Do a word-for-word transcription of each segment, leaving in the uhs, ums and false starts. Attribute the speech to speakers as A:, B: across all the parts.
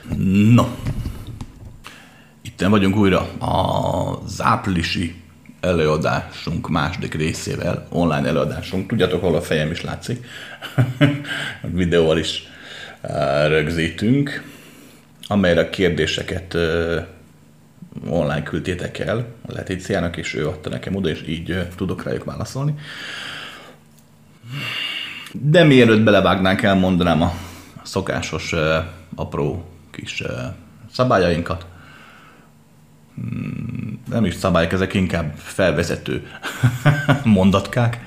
A: No, itten vagyunk újra az áprilisi előadásunk második részével, online előadásunk. Tudjátok, hol a fejem is látszik. A videóval is rögzítünk, amelyre a kérdéseket online küldtétek el a Letíciának, és ő adta nekem oda, és így tudok rájuk válaszolni. De mielőtt belevágnánk, elmondanám a szokásos apró kis szabályainkat. Nem is szabályok, ezek inkább felvezető mondatkák.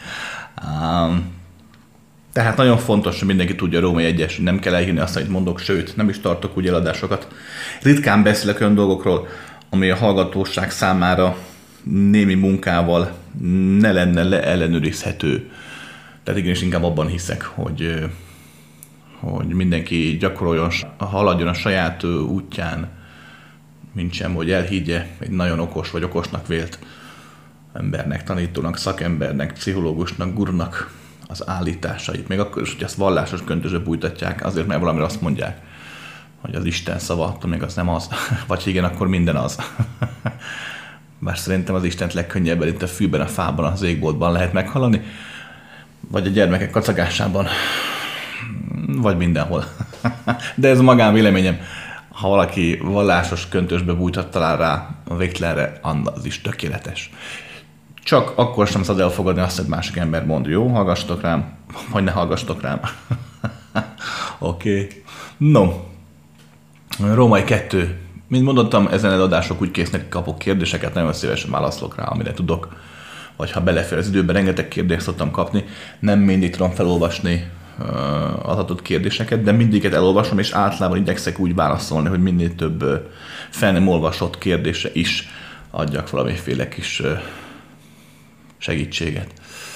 A: Tehát nagyon fontos, hogy mindenki tudja a Római egyes, nem kell elhinni azt, amit mondok, sőt, nem is tartok úgy eladásokat. Ritkán beszélek olyan dolgokról, ami a hallgatóság számára némi munkával ne lenne leellenőrizhető. Tehát igenis inkább abban hiszek, hogy, hogy mindenki gyakoroljon, haladjon a saját útján, mint sem, hogy elhiggye egy nagyon okos vagy okosnak vélt embernek, tanítónak, szakembernek, pszichológusnak, gurunak az állításait. Még akkor is, hogy ezt vallásos köntösbe bújtatják, azért, mert valamire azt mondják, hogy az Isten szava, attól még az nem az. Vagy igen, akkor minden az. Bár szerintem az Istent legkönnyebben itt a fűben, a fában, az égboltban lehet meghallani, vagy a gyermekek kacagásában, vagy mindenhol. De ez magán véleményem. Ha valaki vallásos köntösbe bújtat talál rá a végtelenre, az is tökéletes. Csak akkor sem szabad elfogadni azt, hogy másik ember mond, jó, hallgassatok rám, vagy ne hallgassatok rám. Oké. Okay. No. Római kettő. Mint mondottam, ezen előadások úgy késznek, kapok kérdéseket, nagyon szívesen válaszolok rá, amire tudok. Vagy ha belefér az időben, rengeteg kérdést szoktam kapni. Nem mindig tudom felolvasni az adott kérdéseket, de mindiget elolvasom, és általában igyekszek úgy válaszolni, hogy minél több fel nem olvasott kérdése is adjak valamiféle kis segítséget.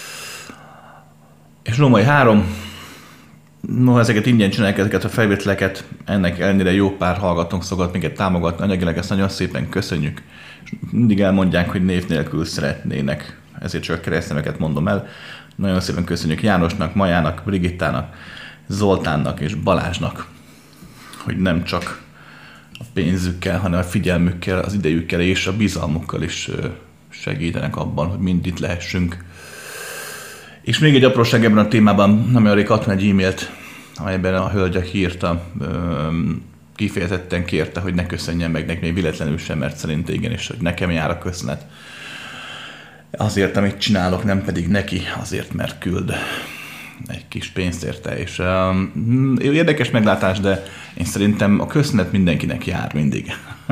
A: És Római három, no, ezeket ingyen csinálják, ezeket a felvételeket, ennek ellenére jó pár hallgatónk szokott minket támogatni, anyagileg ezt nagyon szépen köszönjük, és mindig elmondják, hogy név nélkül szeretnének, ezért csak a keresztneveket mondom el. Nagyon szépen köszönjük Jánosnak, Majának, Brigittának, Zoltánnak és Balázsnak, hogy nem csak a pénzükkel, hanem a figyelmükkel, az idejükkel és a bizalmukkal is segítenek abban, hogy mind itt lehessünk. És még egy apróság ebben a témában, nem olyan rég adtam egy e-mailt, amelyben a hölgyek írta, kifejezetten kérte, hogy ne köszönjen meg neki még véletlenül sem, mert szerinte igenis, hogy nekem jár a köszönet. Azért, amit csinálok, nem pedig neki, azért, mert küld egy kis pénzt érte. És um, érdekes meglátás, de én szerintem a köszönet mindenkinek jár mindig.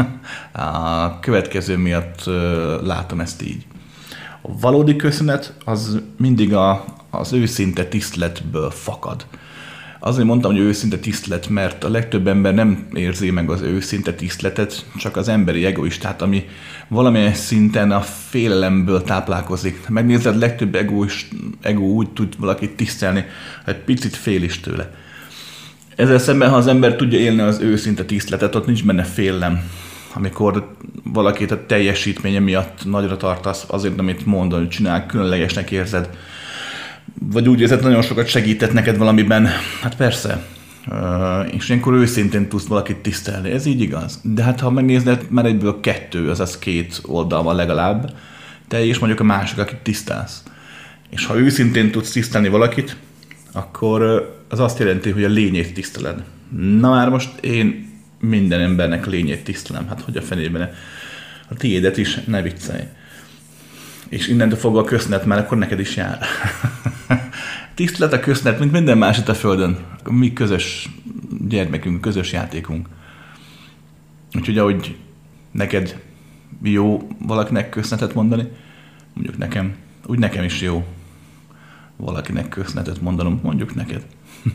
A: A következő miatt uh, látom ezt így. A valódi köszönet az mindig a, az őszinte tiszteletből fakad. Azért mondtam, hogy őszinte tisztelet, mert a legtöbb ember nem érzi meg az őszinte tiszteletet, csak az emberi egoistát, ami valamilyen szinten a félelemből táplálkozik. Megnézed, legtöbb egoist, ego úgy tud valakit tisztelni, hogy picit fél is tőle. Ezzel szemben, ha az ember tudja élni az őszinte tiszteletet, ott nincs benne félelem. Amikor valakit a teljesítménye miatt nagyra tartasz, azért, amit mondod, hogy csinál, különlegesnek érzed, vagy úgy érzed, nagyon sokat segített neked valamiben, hát persze, uh, és ilyenkor őszintén tudsz valakit tisztelni, ez így igaz. De hát ha megnézed, már egyből kettő, azaz két oldal van legalább, te és mondjuk a másik, akit tisztelsz. És ha őszintén tudsz tisztelni valakit, akkor az azt jelenti, hogy a lényét tiszteled. Na már most én minden embernek lényét tisztelem, hát hogy a fenében, a tiédet is, ne viccelj. És innentől fogva a köszönet már akkor neked is jár. Tisztelet a köszönet, mint minden más itt a Földön. Mi közös gyermekünk, közös játékunk. Úgyhogy ahogy neked jó valakinek köszönetet mondani, mondjuk nekem, úgy nekem is jó valakinek köszönetet mondanom, mondjuk neked.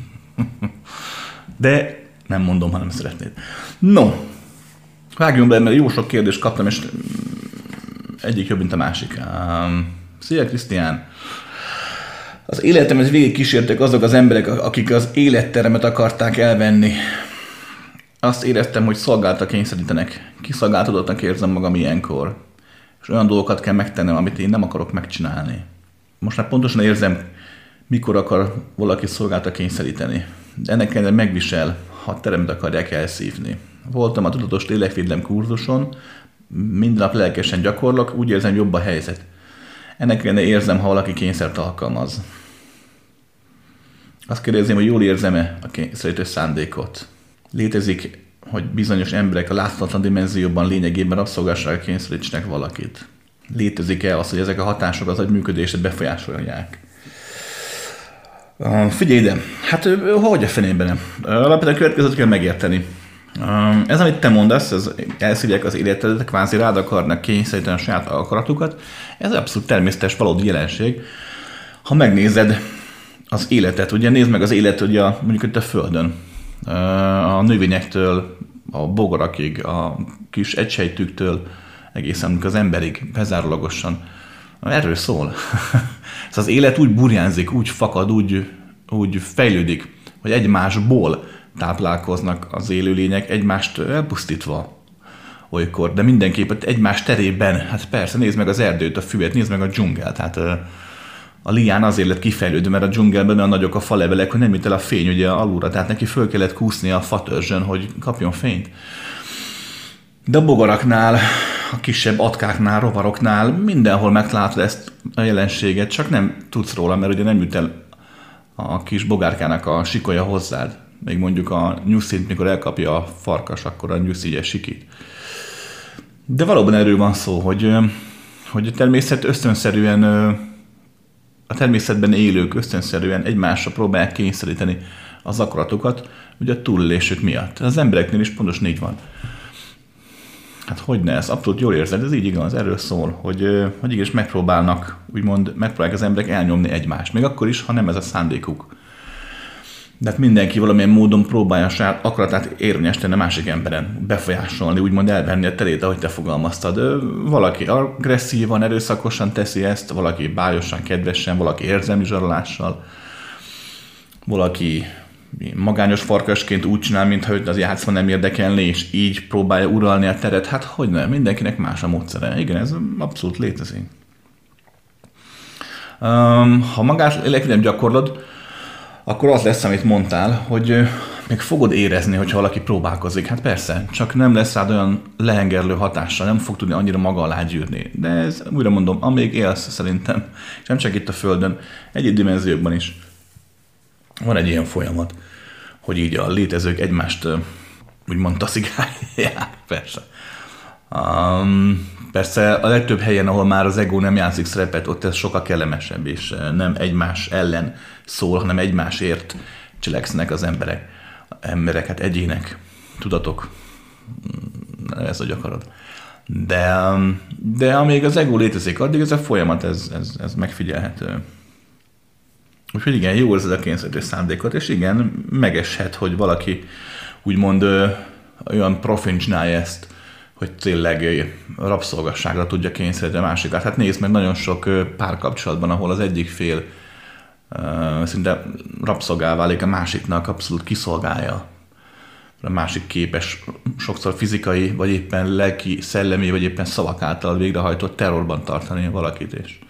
A: De nem mondom, ha nem szeretnéd. No, vágjunk be, mert jó sok kérdést kaptam, és egyik jobb, mint a másik. Szia, Krisztián! Az életemet végig kísértek azok az emberek, akik az életteremet akarták elvenni. Azt éreztem, hogy szolgálta kényszerítenek. Kiszolgáltatottnak érzem magam ilyenkor. És olyan dolgokat kell megtennem, amit én nem akarok megcsinálni. Most már pontosan érzem, mikor akar valaki szolgálta kényszeríteni. De ennek ellenére megvisel, ha a teremet akarják elszívni. Voltam a tudatos lélekvédelem kurzuson, minden nap lelkesen gyakorlok, úgy érzem, jobb a helyzet. Ennek ellenére érzem, ha valaki kényszert alkalmaz. Azt kérdezném, hogy jól érzem-e a kényszerítő szándékot. Létezik, hogy bizonyos emberek a láthatatlan dimenzióban lényegében rabszolgasságra kényszerítsenek valakit. Létezik-e az, hogy ezek a hatások az agy működését befolyásolják? Uh, figyelj ide, hát hogy a fenében nem? Alapvetően a következőt kell megérteni. Uh, ez, amit te mondasz, ez elszívják az életedet, kvázi rád akarnak kényszeríteni a saját akaratukat, ez abszolút természetes, valódi jelenség. Ha megnézed az életet, ugye nézd meg az élet, ugye mondjuk itt a Földön, uh, a növényektől, a bogarakig, a kis egysejtűktől, egészen az emberig, bezárólagosan. Erről szól. Ez az élet úgy burjánzik, úgy fakad, úgy, úgy fejlődik, hogy egymásból táplálkoznak az élőlények, egymást elpusztítva olykor, de mindenképpen egymás terében. Hát persze, nézd meg az erdőt, a füvet, nézd meg a dzsungelt. Hát a lián azért lett kifejlődő, mert a dzsungelben olyan nagyok a falevelek, hogy nem jut el a fény ugye alulra, tehát neki föl kellett kúszni a fatörzsön, hogy kapjon fényt. De a bogaraknál, a kisebb atkáknál, rovaroknál mindenhol megtalálod ezt a jelenséget, csak nem tudsz róla, mert ugye nem jut el a kis bogárkának a sikolya hozzád. Még mondjuk a nyuszint, mikor elkapja a farkas, akkor a nyusz így sikít. De valóban erről van szó, hogy, hogy a természet ösztönszerűen, a természetben élők ösztönszerűen egymásra próbálják kényszeríteni az akaratokat, ugye a túlélésük miatt. Az embereknél is pontosan így van. Hát hogyne, ez abszolút jól érzed, ez így igaz, erről szól, hogy, hogy igenis megpróbálnak, úgymond megpróbálják az emberek elnyomni egymást, még akkor is, ha nem ez a szándékuk. De hát mindenki valamilyen módon próbálja a saját akaratát érvényesíteni a másik emberen, befolyásolni, úgymond elvenni a terét, ahogy te fogalmaztad. Valaki agresszívan, erőszakosan teszi ezt, valaki bájosan, kedvesen, valaki érzelmi zsarolással, valaki magányos farkasként úgy csinál, mintha őt az játszma nem érdekelni, és így próbálja uralni a teret. Hát hogy nem, mindenkinek más a módszere. Igen, ez abszolút létezik. Ha magát lélekvédelem gyakorlod, akkor az lesz, amit mondtál, hogy még fogod érezni, hogyha valaki próbálkozik. Hát persze, csak nem lesz rád olyan lehengerlő hatással, nem fog tudni annyira maga alá gyűrni. De ez, újra mondom, amíg élsz szerintem, és nem csak itt a Földön, egyéb dimenziókban is van egy ilyen folyamat, hogy így a létezők egymást úgymond taszigálják, persze. Um, persze a legtöbb helyen, ahol már az ego nem játszik szerepet, ott ez sokkal kellemesebb, és nem egymás ellen szól, hanem egymásért cselekszenek az emberek. Emberek, hát egyének, tudatok, ez a akarat. De, de amíg az ego létezik, addig ez a folyamat, ez, ez, ez megfigyelhető. Úgyhogy igen, jó érzed a kényszerítő szándékot, és igen, megeshet, hogy valaki úgymond ö, olyan profin csinálja ezt, hogy tényleg rabszolgasságra tudja kényszeríteni a másikat. Hát nézd meg nagyon sok párkapcsolatban, ahol az egyik fél uh, szinte rabszolgá válik a másiknak, abszolút kiszolgálja. A másik képes sokszor fizikai, vagy éppen lelki, szellemi, vagy éppen szavak által végrehajtott terrorban tartani valakit. És,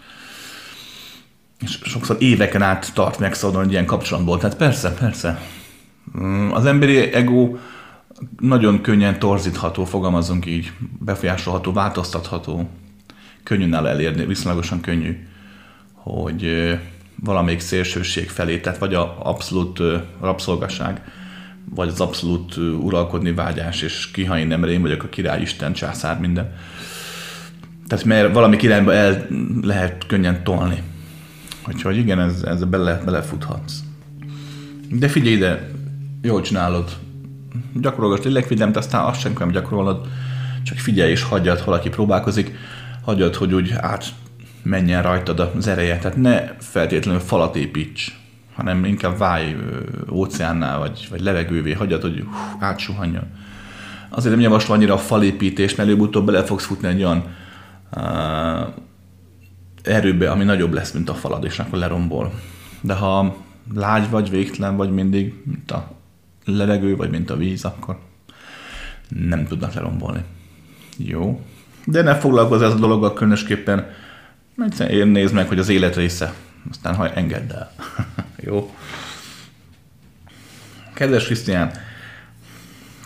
A: és sokszor éveken át tart megszabadulni egy ilyen kapcsolatból. Tehát persze, persze. Az emberi ego nagyon könnyen torzítható, fogalmazunk így, befolyásolható, változtatható, könnyű nála elérni, viszonylagosan könnyű, hogy valamelyik szélsőség felé, tehát vagy az abszolút rabszolgaság, vagy az abszolút uralkodni vágyás, és ki, ha én nem én vagyok a király, Isten, császár, minden. Tehát mert valami irányba el lehet könnyen tolni. Úgyhogy igen, ez, ez bele, belefuthatsz. De figyelj ide, jól csinálod. Gyakorolgass lélekvédelmet, aztán azt sem kell gyakorolod, csak figyelj és hagyjad, ha valaki próbálkozik, hagyjad, hogy úgy átmenjen rajtad az ereje. Tehát ne feltétlenül falat építs, hanem inkább válj óceánnál, vagy, vagy levegővé, hagyjad, hogy hú, átsuhanjon. Azért nem javaslom annyira a falépítés, mert előbb-utóbb bele fogsz futni egy olyan uh, erőbe, ami nagyobb lesz, mint a falad, és akkor lerombol. De ha lágy vagy, végtelen vagy mindig, mint a levegő, vagy mint a víz, akkor nem tudnak lerombolni. Jó. De ne foglalkozz ez a dologgal különösképpen, mert én nézd meg, hogy az élet része. Aztán ha engedd el. Jó. Kedves Krisztián,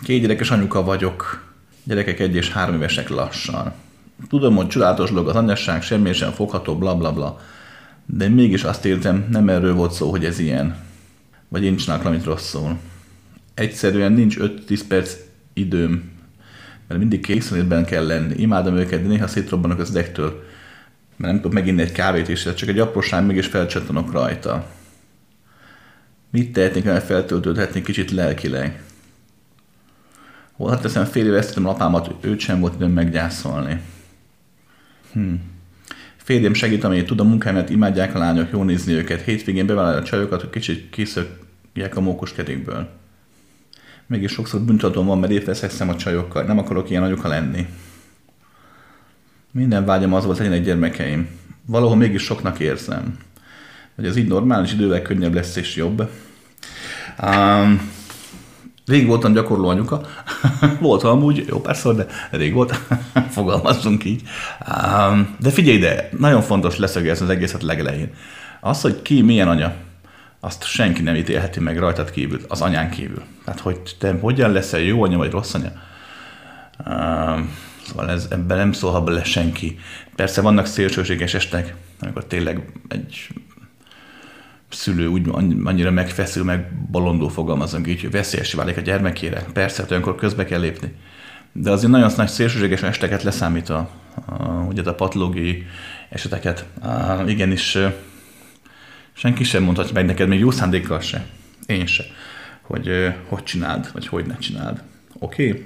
A: Két gyerekes anyuka vagyok. Gyerekek egy és három évesek lassan. Tudom, hogy csodálatos dolog az anyasság, semmi sem fogható, bla bla bla. De mégis azt értem, nem erről volt szó, hogy ez ilyen. Vagy én csinálok valamit rosszul. Egyszerűen nincs öt-tíz perc időm, mert mindig készenlétben kell lenni. Imádom őket, de néha szétrobbanok az idektől, mert nem tudok meginni egy kávét, és csak egy apróság, mégis felcsattanok rajta. Mit tehetnék, mert feltöltődhetnék kicsit lelkileg? Hol hát teszem, fél éve vesztettem apámat, őt sem volt időm meggyászolni. Hm. Férjem segít, amelyet tud a munkámat, imádják a lányok, jó nézni őket. Hétvégén bevállalja a csajokat, hogy kicsit kiszökják a mókus kerékből. Mégis sokszor büntetően van, mert épp veszekszem a csajokkal. Nem akarok ilyen anyuka lenni. Minden vágyam az volt, legyen egy gyermekeim. Valahol mégis soknak érzem. Hogy ez így normális, idővel könnyebb lesz és jobb. Um, rég voltam gyakorló anyuka. Volt amúgy, jó párszor, de rég volt. Fogalmazzunk így. Um, de figyelj ide, nagyon fontos leszögezni az egészet legelején. Az, hogy ki milyen anya, azt senki nem ítélheti meg rajtad kívül, az anyán kívül. Tehát, hogy te hogyan leszel jó anya vagy rossz anya. Um, szóval ez, ebben nem szólhat bele senki. Persze vannak szélsőséges estek, amikor tényleg egy szülő úgy annyira megfeszül, meg bolondul fogalmazunk így, hogy veszélyes válik a gyermekére. Persze, olyankor közbe kell lépni. De azért nagyon nagy szélsőséges esteket leszámítva, a, ugye a patológiai eseteket. A, igenis, senki sem mondhatja meg neked, még jó szándékkal se, én se, hogy hogy csináld, vagy hogy ne csináld. Oké? Okay?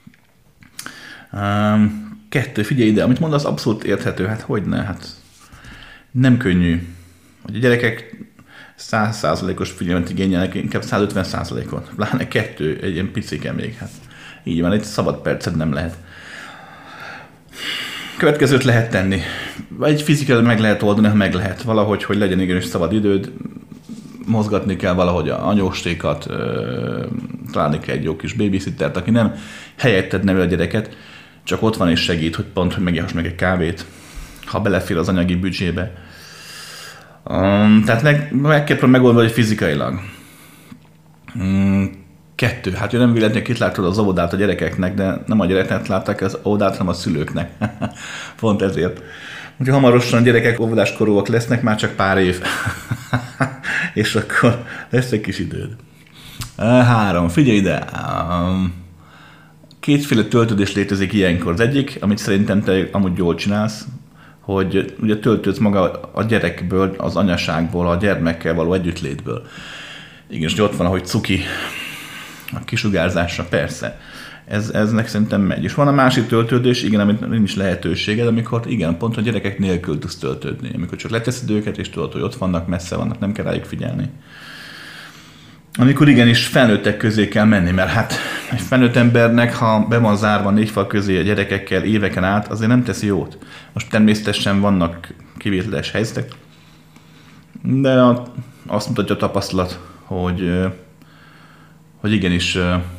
A: Um, kettő, figyelj ide, amit mondasz, abszolút érthető, hát hogy ne, hát nem könnyű. Hogy a gyerekek száz százalékos figyelmet igényelnek, inkább százötven százalékot. Pláne kettő, egy ilyen picike még, hát így van, egy szabad percet nem lehet. Következőt lehet tenni. Egy fizikailag meg lehet oldani, ha meg lehet. Valahogy, hogy legyen igenis szabad időd, mozgatni kell valahogy a anyóstékat, találni kell egy jó kis babysittert, aki nem helyetted nevel a gyereket, csak ott van és segít, hogy pont, hogy megjáhass meg egy kávét, ha belefér az anyagi büdzsébe. Um, tehát meg, meg kell megoldani, hogy fizikailag. Um, kettő. Hát ő nem véletlenül itt látod az óvodát a gyerekeknek, de nem a gyereknek látták az óvodát, hanem a szülőknek. Pont ezért. Úgyhogy hamarosan a gyerekek óvodáskorúak lesznek, már csak pár év. És akkor lesz egy kis időd. Három. Figyelj ide! Um, kétféle töltődés létezik ilyenkor. Az egyik, amit szerintem te amúgy jól csinálsz, hogy ugye töltődsz maga a gyerekből, az anyaságból, a gyermekkel való együttlétből. Igen, és ott van, ahogy cuki a kisugárzásra, persze. Ez, eznek szerintem megy. És van a másik töltődés, igen, amit nincs lehetőséged, amikor igen, pont a gyerekek nélkül tudsz töltődni. Amikor csak leteszed őket, és tudod, hogy ott vannak, messze vannak, nem kell rájuk figyelni. Amikor igenis felnőttek közé kell menni, mert hát egy felnőtt embernek, ha be van zárva négy fal közé a gyerekekkel éveken át, azért nem teszi jót. Most természetesen vannak kivételes helyzetek, de azt mutatja a tapasztalat, hogy, hogy igenis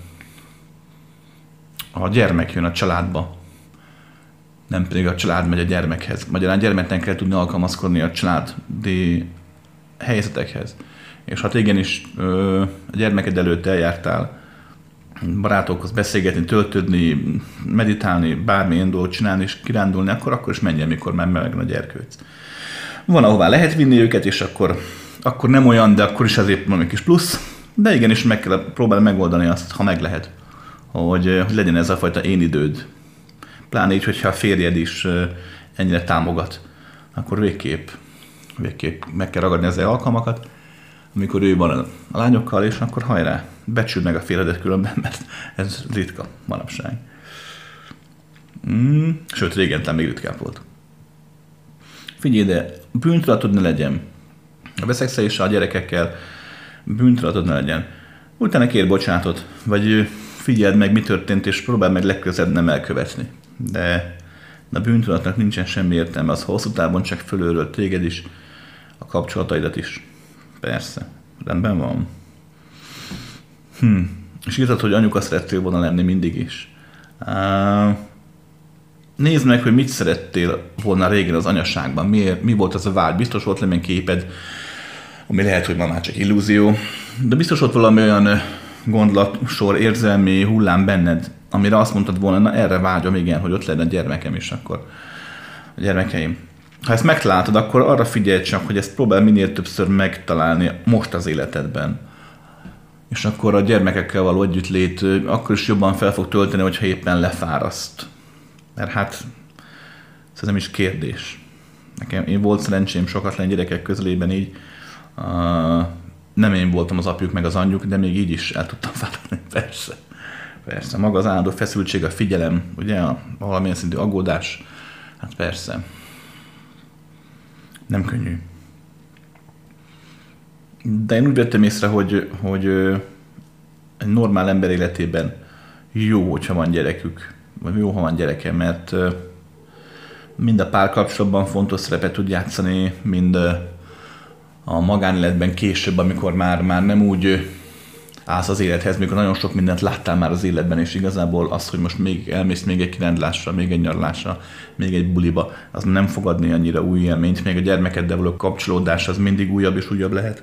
A: a gyermek jön a családba, nem pedig a család megy a gyermekhez. Magyarán gyermeknek kell tudni alkalmazkodni a családi helyzetekhez. És ha igenis ö, a gyermeked előtt eljártál barátokhoz beszélgetni, töltődni, meditálni, bármilyen dolgot csinálni és kirándulni, akkor akkor is menjen, mikor már megvan a gyerkőc. Van, ahová lehet vinni őket, és akkor, akkor nem olyan, de akkor is azért valami kis plusz. De igenis meg kell próbálni megoldani azt, ha meg lehet, hogy, hogy legyen ez a fajta én időd. Pláne így, hogyha a férjed is ennyire támogat, akkor végképp, végképp meg kell ragadni ezzel alkalmakat, amikor ő van a lányokkal, és akkor hajrá, becsüld meg a férjedet különben, mert ez ritka manapság. Mm, sőt, régen még ritkább volt. Figyelj ide, bűntudatod ne legyen. A veszekszeléssel a gyerekekkel bűntudatod ne legyen. Utána kér bocsánatot, vagy figyeld meg, mi történt, és próbáld meg legközelebb nem elkövetni. De a bűntudatnak nincsen semmi értelme, az hosszú távon csak fölülről téged is, a kapcsolataidat is. Persze, rendben van. Hm. És írtad, hogy anyuka szerettél volna lenni mindig is. Uh, nézd meg, hogy mit szerettél volna régen az anyaságban. Mi, mi volt az a vágy? Biztos volt valami képed, ami lehet, hogy ma már csak illúzió, de biztos volt valami olyan gondolatsor, érzelmi hullám benned, amire azt mondtad volna, na erre vágyom, igen, hogy ott lenne a gyermekem is akkor, a gyermekeim. Ha ezt megtaláltad, akkor arra figyelj csak, hogy ezt próbál minél többször megtalálni most az életedben. És akkor a gyermekekkel való együttlét akkor is jobban fel fog tölteni, hogyha éppen lefáraszt. Mert hát ez nem is kérdés. Nekem, én volt szerencsém sokat lenni gyerekek közelében így. Uh, nem én voltam az apjuk meg az anyjuk, de még így is el tudtam fáradni. Persze. Persze. Maga az állandó feszültség, a figyelem, ugye, a valamilyen szintű aggódás. Hát persze. Nem könnyű. De én úgy vettem észre, hogy, hogy egy normál ember életében jó, hogyha van gyerekük, vagy jó, ha van gyereke, mert mind a párkapcsolatban fontos szerepet tud játszani, mind a magánéletben később, amikor már, már nem úgy állsz az élethez, mikor nagyon sok mindent láttál már az életben, és igazából az, hogy most még elmész még egy kirándulásra, még egy nyaralásra, még egy buliba, az nem fog adni annyira új élményt, még a gyermekeddel való kapcsolódás az mindig újabb és újabb lehet.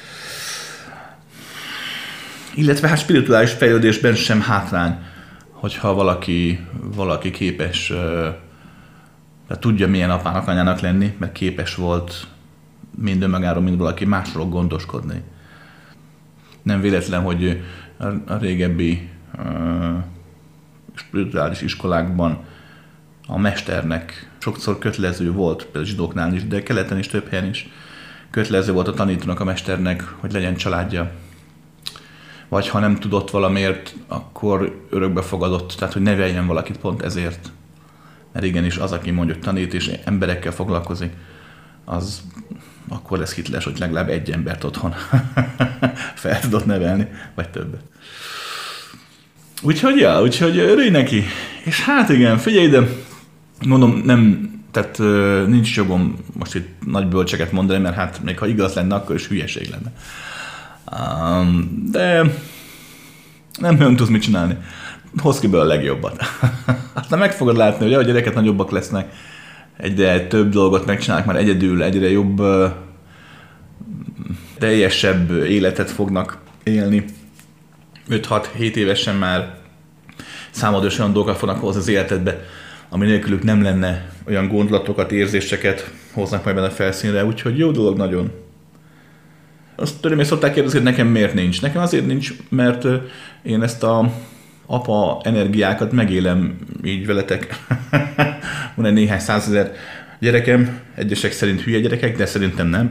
A: Illetve hát spirituális fejlődésben sem hátrány, hogyha valaki, valaki képes, tehát tudja milyen apának, anyának lenni, mert képes volt mind önmagáról, mind valaki másról gondoskodni. Nem véletlen, hogy a régebbi uh, spirituális iskolákban a mesternek sokszor kötelező volt, például zsidóknál is, de keleten is, több helyen is kötelező volt a tanítónak, a mesternek, hogy legyen családja. Vagy ha nem tudott valamiért, akkor örökbe fogadott, tehát hogy neveljen valakit pont ezért. Mert igenis az, aki mondjuk tanít és emberekkel foglalkozik, az akkor lesz hiteles, hogy legalább egy embert otthon fel tudott nevelni, vagy többet. Úgyhogy, ja, úgyhogy örülj neki. És hát igen, figyelj ide, mondom, nem, tehát nincs jogom most itt nagy bölcseket mondani, mert hát még ha igaz lenne, akkor is hülyeség lenne. Um, de nem nagyon tudsz mit csinálni. Hozz ki be a legjobbat. Aztán meg fogod látni, hogy a gyerekek nagyobbak lesznek, egyre több dolgot megcsinálnak már egyedül, egyre jobb, teljesebb életet fognak élni. öt-hat-hét évesen már számodra olyan dolgokat fognak hozni az életedbe, ami nélkülük nem lenne, olyan gondolatokat, érzéseket hoznak majd benne a felszínre, úgyhogy jó dolog nagyon. Azt tőlem szokták kérdezni, hogy nekem miért nincs. Nekem azért nincs, mert én ezt a apa energiákat megélem így veletek. Van egy néhány százezer gyerekem, egyesek szerint hülye gyerekek, de szerintem nem.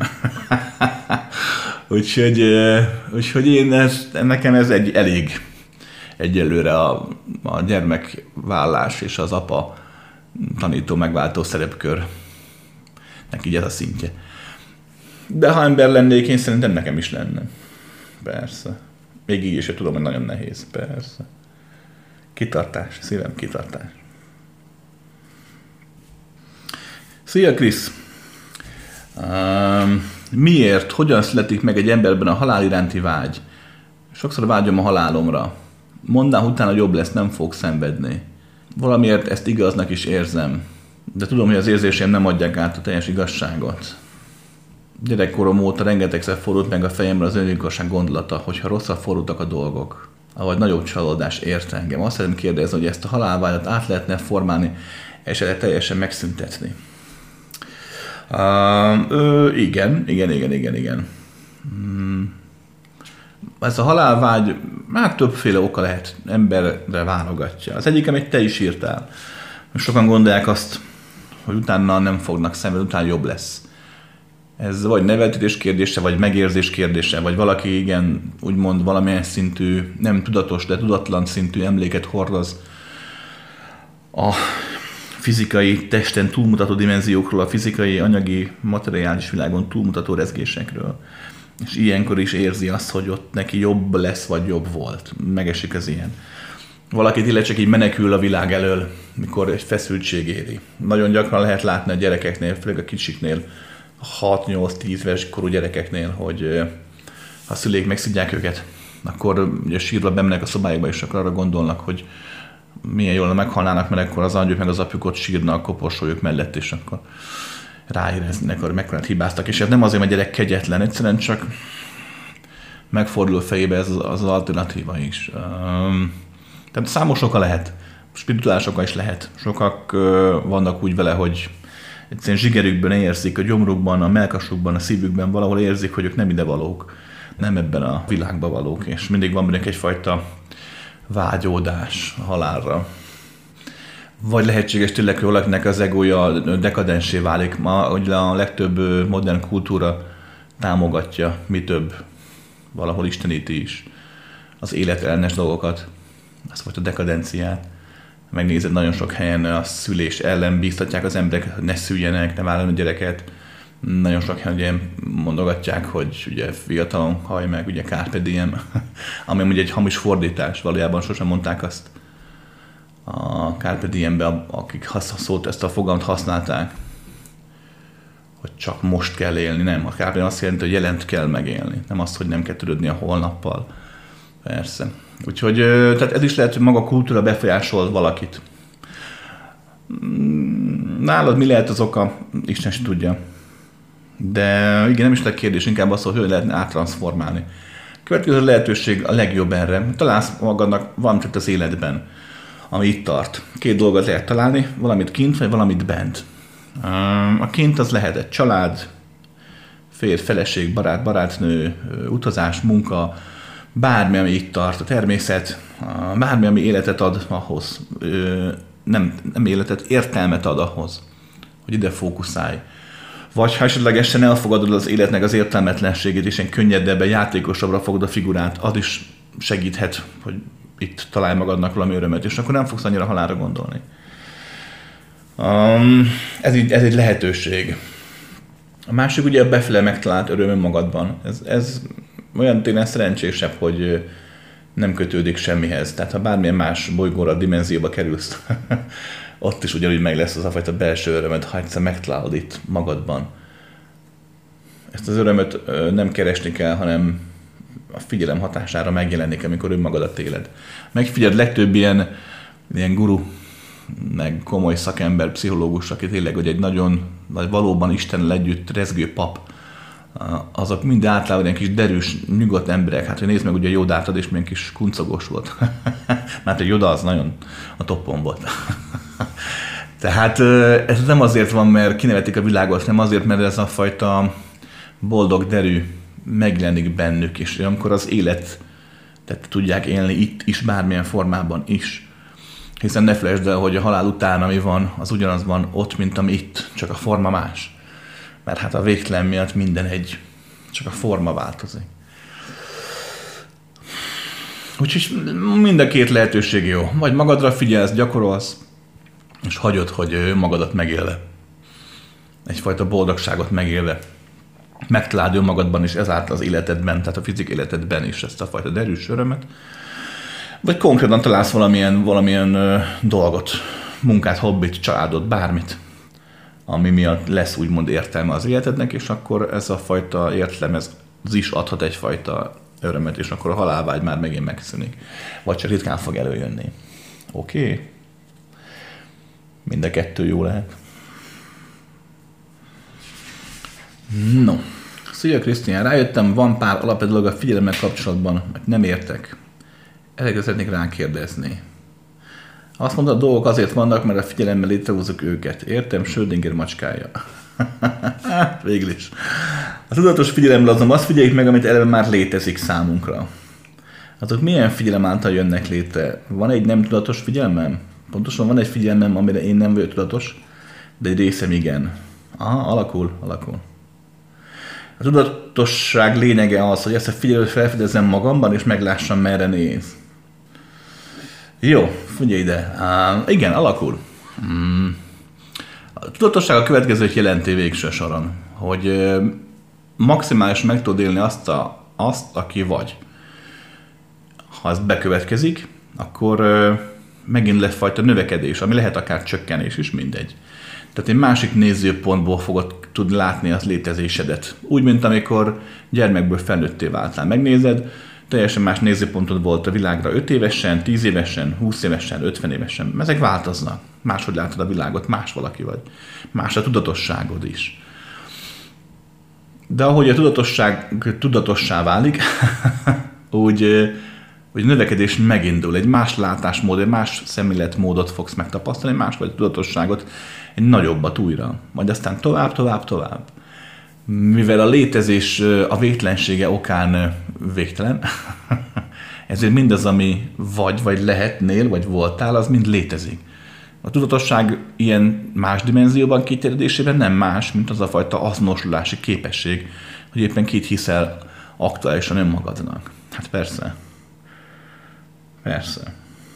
A: úgyhogy, úgyhogy én ez, nekem ez egy elég egyelőre a, a gyermekvállás és az apa tanító megváltó szerepkör. Neki így ez a szintje. De ha ember lennék, én szerintem nekem is lenne. Persze. Még így is, hogy tudom, hogy nagyon nehéz. Persze. Kitartás. Szívem kitartás. Szia, Krisz! Um, miért, hogyan születik meg egy emberben a halál iránti vágy? Sokszor vágyom a halálomra. Monddám, utána jobb lesz, nem fog szenvedni. Valamiért ezt igaznak is érzem. De tudom, hogy az érzéseim nem adják át a teljes igazságot. Gyerekkorom óta rengetegszer fordult meg a fejemre az öngyilkosság gondolata, hogyha rosszul fordultak a dolgok, avagy nagyobb csalódás ért engem. Azt szeretném kérdezni, hogy ezt a halálvágyat át lehetne formálni, és lehet teljesen megszüntetni. Uh, ö, igen, igen, igen, igen, igen. Hmm. Ez a halálvágy már többféle oka lehet, emberre válogatja. Az egyik, amit te is írtál. Sokan gondolják azt, hogy utána nem fognak szenvedni, utána jobb lesz. Ez vagy neveltetés kérdése, vagy megérzés kérdése, vagy valaki igen, úgymond valamilyen szintű, nem tudatos, de tudatlan szintű emléket hordoz a fizikai testen túlmutató dimenziókról, a fizikai, anyagi, materiális világon túlmutató rezgésekről. És ilyenkor is érzi azt, hogy ott neki jobb lesz, vagy jobb volt. Megesik az ilyen. Valaki tényleg csak így menekül a világ elől, mikor egy feszültség éri. Nagyon gyakran lehet látni a gyerekeknél, főleg a kicsiknél, hat-nyolc-tíz éves korú gyerekeknél, hogy ha a szüleik megszidják őket, akkor ugye sírva bemennek a szobájukba, és akkor arra gondolnak, hogy milyen jól meghalnának, mert akkor az anyjuk meg az apjuk ott sírna a koporsójuk mellett, és akkor ráéreznek, akkor mekkorát hibáztak. És ez nem azért, mert a gyerek kegyetlen, egyszerűen csak megfordul a fejébe ez az, az alternatíva is. Tehát számos oka lehet, spirituális oka is lehet. Sokak vannak úgy vele, hogy egyszerűen zsigerükben érzik, a gyomrukban, a mellkasukban, a szívükben valahol érzik, hogy ők nem ide valók, nem ebben a világban valók, és mindig van bennük egyfajta vágyódás a halálra. Vagy lehetséges tényleg, hogy valakinek az egója dekadensé válik. Ma hogy a legtöbb modern kultúra támogatja, mi több, valahol isteníti is az életellenes dolgokat, azt volt a dekadenciát. Megnézed, nagyon sok helyen a szülés ellen bíztatják az emberek, hogy ne szüljenek, ne vállaljanak gyereket. Nagyon sok helyen ugye mondogatják, hogy ugye fiatalon haj meg, ugye carpe diem, ami ugye egy hamis fordítás, valójában sosem mondták azt a carpe diemben, akik szót, ezt a fogalmat használták, hogy csak most kell élni, nem. A carpe diem azt jelenti, hogy jelent kell megélni, nem azt, hogy nem kell törődni a holnappal. Persze. Úgyhogy tehát ez is lehet, hogy maga a kultúra befolyásol valakit. Nálad mi lehet az oka? Isten sem tudja. De igen, nem is a kérdés, inkább az, hogy hogy lehetne áttranszformálni. Következő lehetőség a legjobb erre. Találsz magadnak valamit az életben, ami itt tart. Két dolgot lehet találni, valamit kint, vagy valamit bent. A kint az lehet egy család, férj, feleség, barát, barátnő, utazás, munka, bármi, ami itt tart, a természet, bármi, ami életet ad ahhoz, nem, nem életet, értelmet ad ahhoz, hogy ide fókuszálj. Vagy ha esetlegesen elfogadod az életnek az értelmetlenségét, és ilyen könnyedebben, játékosabbra fogod a figurát, az is segíthet, hogy itt találj magadnak valami örömet, és akkor nem fogsz annyira halálra gondolni. Um, ez, így, ez egy lehetőség. A másik ugye a befele megtalált öröm önmagadban. Ez, ez olyan tényleg szerencsésebb, hogy nem kötődik semmihez. Tehát ha bármilyen más bolygóra, dimenzióba kerülsz, ott is ugyanúgy meg lesz az a fajta belső örömet, ha egyszer megtalálod itt magadban. Ezt az örömöt nem keresni kell, hanem a figyelem hatására megjelenik, amikor önmagadat éled. Megfigyeld legtöbb ilyen, ilyen guru, meg komoly szakember, pszichológus, aki tényleg hogy egy nagyon, vagy valóban Istennel együtt rezgő pap, azok mind általában ilyen kis derűs, nyugodt emberek. Hát, hogy nézd meg, ugye Jodátad is milyen kis kuncogós volt. Mert a Joda az nagyon a toppon volt. Tehát ez nem azért van, mert kinevetik a világot, nem azért, mert ez a fajta boldog derű megjelenik bennük, és amikor az élet, tehát tudják élni itt is, bármilyen formában is. Hiszen ne felejtsd el, hogy a halál után, ami van, az ugyanaz van ott, mint ami itt, csak a forma más. Mert hát a végtelen miatt minden egy, csak a forma változik. Úgyhogy mind a két lehetőség jó. Vagy magadra figyelsz, gyakorolsz, és hagyod, hogy magadat megélve. Egyfajta boldogságot megélve. Megtaláld önmagadban is ezáltal az életedben, tehát a fizik életedben is ezt a fajta derűs örömet. Vagy konkrétan találsz valamilyen, valamilyen ö, dolgot, munkát, hobbit, családot, bármit, ami miatt lesz úgymond értelme az életednek, és akkor ez a fajta értelem, ez is adhat egyfajta örömet, és akkor a halálvágy már megint megszűnik. Vagy csak ritkán fog előjönni. Oké? Okay. Mind a kettő jó lehet. No. Szia Krisztián, rájöttem, van pár alapvető dolog a figyelemmel kapcsolatban, mert nem értek. Ezekre szeretnék rákérdezni. Azt mondta, a dolgok azért vannak, mert a figyelemmel létrehozzuk őket. Értem, Schrödinger macskája. Végül is. A tudatos figyelemmel azon azt figyeljük meg, amit eleve már létezik számunkra. Azok milyen figyelem által jönnek létre? Van egy nem tudatos figyelmem? Pontosan van egy figyelmem, amire én nem vagyok tudatos, de egy részem igen. Aha, alakul, alakul. A tudatosság lényege az, hogy ezt a figyelőt felfedezem magamban, és meglássam, merre néz. Jó, figyelj ide. Uh, igen, alakul. Hmm. A tudatosság a következőt jelenti végső soron, hogy uh, maximálisan meg tudod élni azt, a, azt, aki vagy. Ha ez bekövetkezik, akkor uh, megint lesz fajta növekedés, ami lehet akár csökkenés is, mindegy. Tehát egy másik nézőpontból fogod tudni látni az létezésedet. Úgy, mint amikor gyermekből felnőtté váltál. Megnézed, teljesen más nézőpontod volt a világra öt évesen, tíz évesen, húsz évesen, ötven évesen. Ezek változnak. Máshogy látod a világot, más valaki vagy. Más a tudatosságod is. De ahogy a tudatosság tudatossá válik, úgy, úgy növekedés megindul. Egy más látásmód, egy más szemléletmódot fogsz megtapasztalni, más vagy tudatosságot, egy nagyobbat újra. Majd aztán tovább, tovább, tovább. Mivel a létezés a végtelensége okán végtelen, ezért mindaz, ami vagy, vagy lehetnél, vagy voltál, az mind létezik. A tudatosság ilyen más dimenzióban kiterjedésében nem más, mint az a fajta azonosulási képesség, hogy éppen kit hiszel aktuálisan önmagadnak. Hát persze. Persze.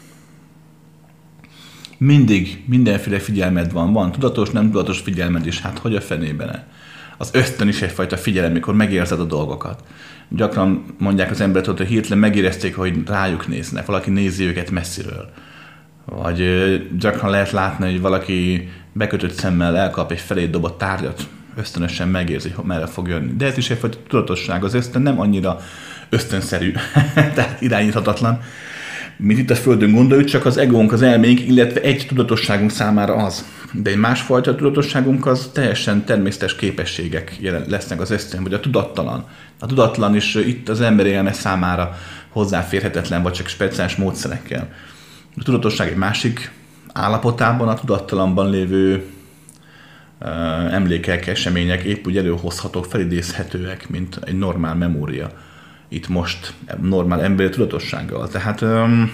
A: Mindig mindenféle figyelmed van. Van tudatos, nem tudatos figyelmed is. Hát hogy a fenében? Az ösztön is egyfajta figyelem, mikor megérzed a dolgokat. Gyakran mondják az emberek, hogy hirtelen megérezték, hogy rájuk néznek, valaki nézi őket messziről. Vagy gyakran lehet látni, hogy valaki bekötött szemmel elkap egy felét dobott tárgyat, ösztönösen megérzi, hogy merre fog jönni. De ez is egyfajta tudatosság. Az ösztön nem annyira ösztönszerű, tehát irányíthatatlan, mint itt a Földön gondoljuk, csak az egónk, az elménk, illetve egy tudatosságunk számára az. De egy másfajta tudatosságunk az teljesen természetes képességek lesznek az ösztön, vagy a tudattalan. A tudatlan is itt az emberi élme számára hozzáférhetetlen, vagy csak speciális módszerekkel. A tudatosság egy másik állapotában a tudattalanban lévő uh, emlékek, események épp úgy előhozhatók, felidézhetőek, mint egy normál memória. Itt most normál emberi tudatossággal. Tehát um,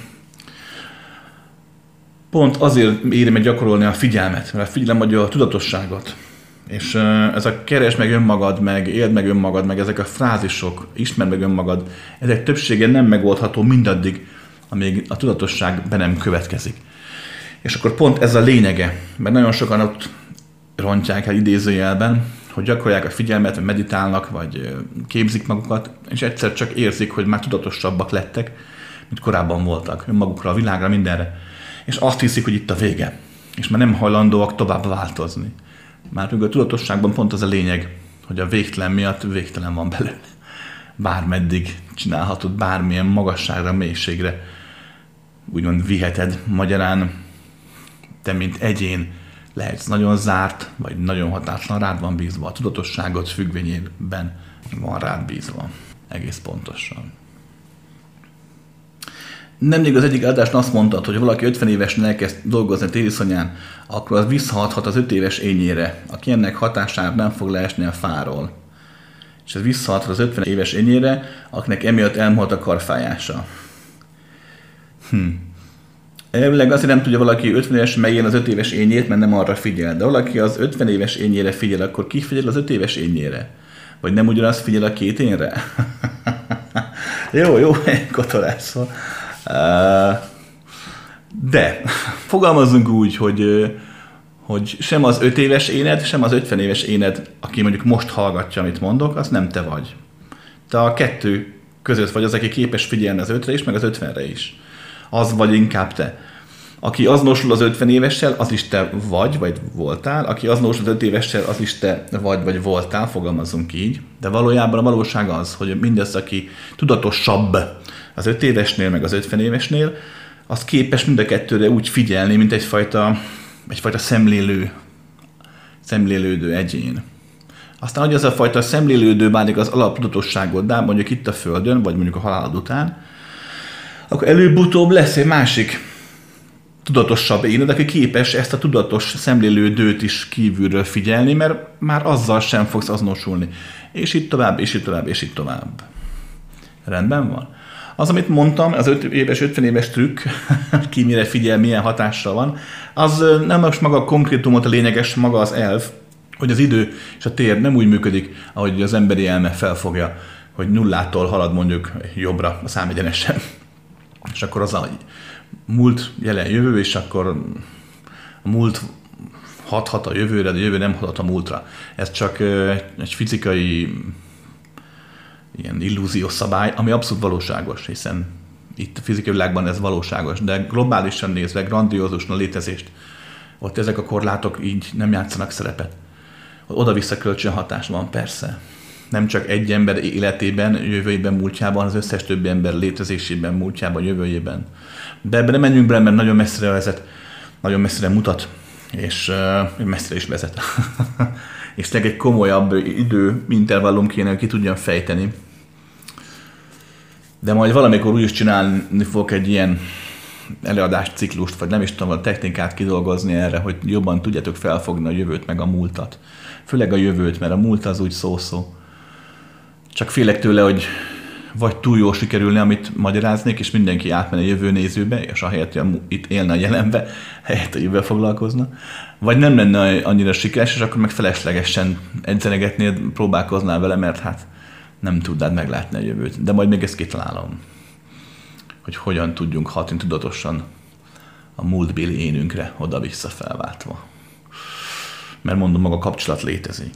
A: pont azért éri meg gyakorolni a figyelmet, mert a figyelem adja a tudatosságot. És uh, ez a keresd meg önmagad, meg éld meg önmagad, meg ezek a frázisok, ismerd meg önmagad, ezek többsége nem megoldható mindaddig, amíg a tudatosság be nem következik. És akkor pont ez a lényege, mert nagyon sokan ott rontják el idézőjelben, hogy gyakorolják a figyelmet, vagy meditálnak, vagy képzik magukat, és egyszer csak érzik, hogy már tudatosabbak lettek, mint korábban voltak, önmagukra, a világra, mindenre. És azt hiszik, hogy itt a vége. És már nem hajlandóak tovább változni. Már a tudatosságban pont az a lényeg, hogy a végtelen miatt végtelen van belőle. Bármeddig csinálhatod, bármilyen magasságra, mélységre úgymond viheted. Magyarán te, mint egyén, lehetsz nagyon zárt, vagy nagyon határtalan, rád van bízva. A tudatosságot függvényében van rád bízva. Egész pontosan. Nemrég az egyik adáson azt mondtad, hogy valaki ötven évesen elkezd dolgozni a tériszonyán, akkor az visszahathat az öt éves ényére, aki ennek hatására nem fog leesni a fáról. És ez visszahathat az ötven éves ényére, akinek emiatt elmúlt a karfájása. Hm. Elvileg azért nem tudja valaki ötven évesen megélni az öt éves ényét, mert nem arra figyel. De valaki az ötven éves ényére figyel, akkor ki figyel az öt éves ényére? Vagy nem ugyanaz figyel a két énre? jó, jó, kotorászol. De fogalmazzunk úgy, hogy, hogy sem az öt éves éned, sem az ötven éves éned, aki mondjuk most hallgatja, amit mondok, az nem te vagy. Te a kettő között vagy az, aki képes figyelni az ötre is, meg az ötvenre is. Az vagy inkább te. Aki azonosul az ötven évessel, az is te vagy, vagy voltál. Aki azonosul az öt évessel, az is te vagy, vagy voltál, fogalmazunk így. De valójában a valóság az, hogy mindez, aki tudatosabb az öt évesnél, meg az ötven évesnél, az képes mind a kettőre úgy figyelni, mint egyfajta, egyfajta szemlélő, szemlélődő egyén. Aztán, hogy az a fajta szemlélődő bánik az alaptudatosságoddá, mondjuk itt a Földön, vagy mondjuk a halálod után, akkor előbb-utóbb lesz egy másik tudatosabb éned, aki képes ezt a tudatos szemlélődőt is kívülről figyelni, mert már azzal sem fogsz azonosulni. És itt tovább, és itt tovább, és itt tovább. Rendben van? Az, amit mondtam, az öt éves, ötven éves trükk, ki mire figyel, milyen hatással van, az nem most maga a konkrétumot a lényeges, maga az elv, hogy az idő és a tér nem úgy működik, ahogy az emberi elme felfogja, hogy nullától halad mondjuk jobbra a számegyenesen. És akkor az a múlt, jelen, jövő, és akkor a múlt hathat a jövőre, de a jövő nem hathat a múltra. Ez csak egy fizikai ilyen illúziós szabály, ami abszolút valóságos, hiszen itt a fizikai világban ez valóságos, de globálisan nézve, grandiózusan a létezést, ott ezek a korlátok így nem játszanak szerepet. Oda-vissza kölcsönhatás van, persze. Nem csak egy ember életében, jövőjében, múltjában, az összes többi ember létezésében, múltjában, jövőjében. De ebben nem menjünk bele, mert nagyon messzire vezet, nagyon messzire mutat, és uh, messzire is vezet. és tényleg egy komolyabb időintervallum kéne, hogy ki tudjam fejteni. De majd valamikor úgy is csinálni fogok egy ilyen előadásciklust, vagy nem is tudom, a technikát kidolgozni erre, hogy jobban tudjátok felfogni a jövőt meg a múltat. Főleg a jövőt, mert a múlt az úgy szó-szó. Csak félek tőle, hogy vagy túl jól sikerülne, amit magyaráznék, és mindenki átmenne a jövőnézőbe, és ahelyett, hogy itt élne a jelenbe, helyett a jövőbe foglalkozna. Vagy nem lenne annyira sikeres, és akkor meg feleslegesen edzenegetnél, próbálkoznál vele, mert hát nem tudnád meglátni a jövőt. De majd még ezt kitalálom, hogy hogyan tudjunk hatni tudatosan a múltbéli énünkre oda-vissza felváltva. Mert mondom, maga a kapcsolat létezik.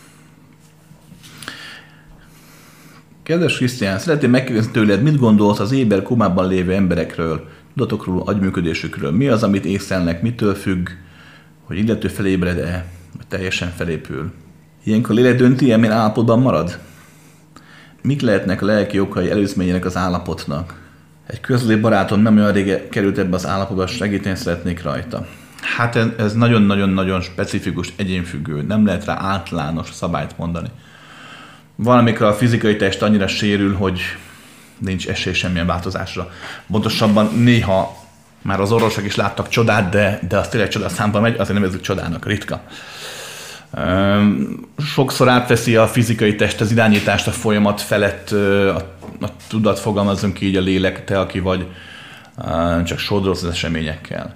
A: Kedves Krisztián, szeretném megkérdezni tőled, mit gondolsz az éber kómában lévő emberekről, tudatokról, agyműködésükről? Mi az, amit észlelnek, mitől függ, hogy illető felébred-e, vagy teljesen felépül? Ilyenkor lélek dönti, milyen állapotban marad? Mik lehetnek a lelki okai előzményének az állapotnak? Egy közeli barátom nem olyan régen került ebbe az állapotba, segíteni szeretnék rajta. Hát ez nagyon-nagyon-nagyon specifikus, egyénfüggő, nem lehet rá általános szabályt mondani. Valamikor a fizikai test annyira sérül, hogy nincs esély semmilyen változásra. Pontosabban néha már az orvosok is láttak csodát, de, de az tényleg csoda számba megy, azért nevezzük csodának, ritka. Sokszor átveszi a fizikai test az irányítást a folyamat felett, a, a tudat, fogalmazzunk így, a lélek, te aki vagy, csak sodorsz az eseményekkel.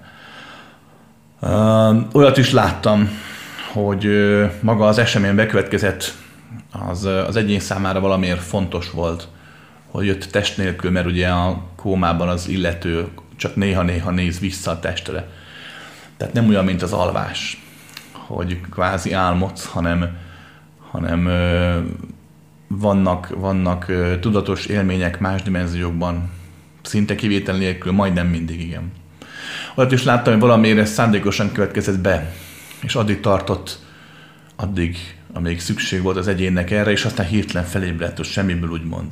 A: Olyat is láttam, hogy maga az esemény bekövetkezett, az, az egyén számára valamiért fontos volt, hogy jött test nélkül, mert ugye a kómában az illető csak néha-néha néz vissza a testre. Tehát nem olyan, mint az alvás, hogy kvázi álmodsz, hanem, hanem vannak, vannak tudatos élmények más dimenziókban, szinte kivétel nélkül, majdnem mindig, igen. Olyat is láttam, hogy valamiért ez szándékosan következett be, és addig tartott, addig, amíg szükség volt az egyénnek erre, és aztán hirtelen felébredt, hogy semmiből úgymond.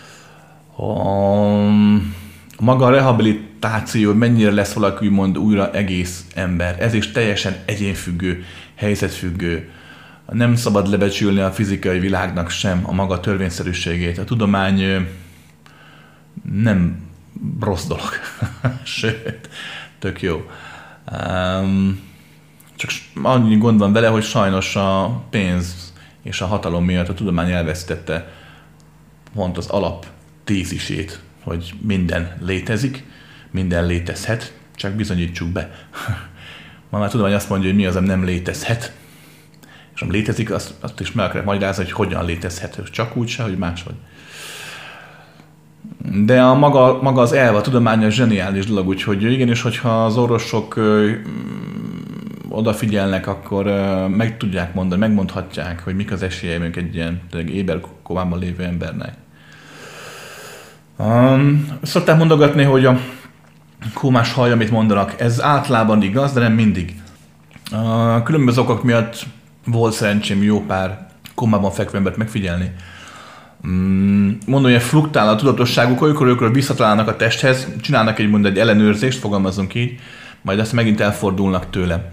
A: A maga a rehabilitáció, mennyire lesz valaki úgymond újra egész ember, ez is teljesen egyénfüggő, helyzetfüggő. Nem szabad lebecsülni a fizikai világnak sem a maga törvényszerűségét. A tudomány nem rossz dolog, sőt, tök jó. Csak annyi gond van vele, hogy sajnos a pénz és a hatalom miatt a tudomány elvesztette pont az alap tézisét, hogy minden létezik, minden létezhet, csak bizonyítsuk be. Ma már tudomány azt mondja, hogy mi az, ami nem létezhet, és ami létezik, azt, azt is meg akarják magyarázni, hogy hogyan létezhet, csak úgy se, hogy máshogy. De a maga, maga az elv, a tudomány a zseniális dolog, úgyhogy igenis, hogyha az orvosok ö, odafigyelnek, akkor ö, meg tudják mondani, megmondhatják, hogy mik az esélyeink egy ilyen éberkómában lévő embernek. Um, szokták mondogatni, hogy a kómás haj, amit mondanak, ez általában igaz, de nem mindig. A különböző okok miatt volt szerencsém jó pár kómában fekvő embert megfigyelni. Um, mondom, hogy fluktál a tudatosságuk, olykor-olykor visszatalálnak a testhez, csinálnak egy, mondom, egy ellenőrzést, fogalmazunk így, majd azt megint elfordulnak tőle.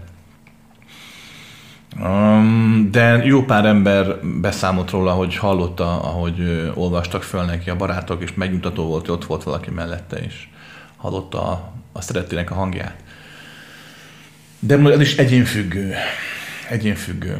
A: Um, de jó pár ember beszámolt róla, hogy hallotta, ahogy ö, olvastak föl neki a barátok, és megnyugtató volt, hogy ott volt valaki mellette, és hallotta a, a szerettének a hangját. De ez is egyénfüggő. Egyénfüggő.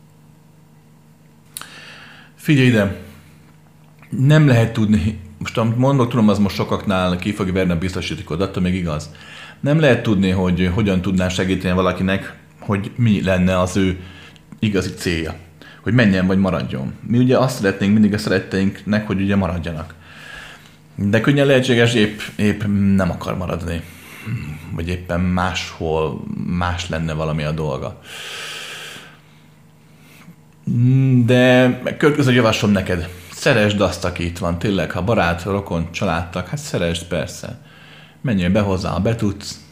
A: Figyelj ide! Nem lehet tudni, most amit mondok, tudom, az most sokaknál ki fogja verni a biztosítékot, attól még igaz. Nem lehet tudni, hogy hogyan tudnál segíteni valakinek, hogy mi lenne az ő igazi célja. Hogy menjen vagy maradjon. Mi ugye azt szeretnénk mindig a szeretteinknek, hogy ugye maradjanak. De könnyen lehetséges, épp, épp nem akar maradni. Vagy éppen máshol más lenne valami a dolga. De következő javaslom neked. Szeresd azt, aki itt van. Tényleg, ha barát, rokon, családtag, hát szeresd persze. Menjél be hozzá, ha be tudsz.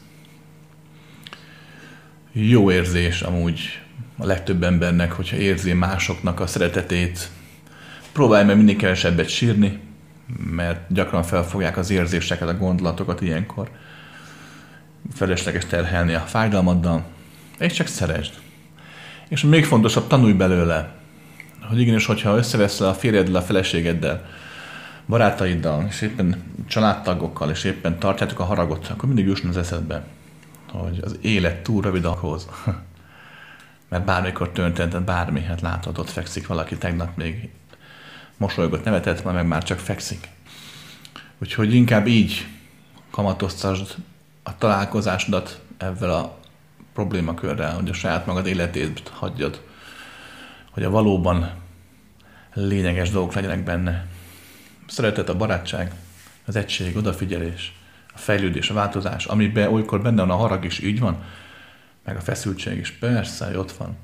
A: Jó érzés amúgy a legtöbb embernek, hogyha érzi másoknak a szeretetét. Próbálj meg mindig kevesebbet sírni, mert gyakran felfogják az érzéseket, a gondolatokat ilyenkor. Felesleges terhelni a fájdalmaddal, és csak szeresd. És még fontosabb, tanulj belőle, hogy igenis, hogyha összeveszel a férjeddel, a feleségeddel, barátaiddal, és éppen családtagokkal, és éppen tartjátok a haragot, akkor mindig jusson az eszedbe, hogy az élet túl rövid ahhoz. Mert bármikor történt, bármi, hát látod, ott fekszik valaki, tegnap még mosolygott, nevetett, ma meg már csak fekszik. Úgyhogy inkább így kamatoztasd a találkozásodat ezzel a problémakörrel, hogy a saját magad életét hagyjad, hogy a valóban lényeges dolgok legyenek benne. Szeretet, a barátság, az egység, odafigyelés, a fejlődés, a változás, amiben olykor benne van a harag is, így van, meg a feszültség is, persze, hogy ott van.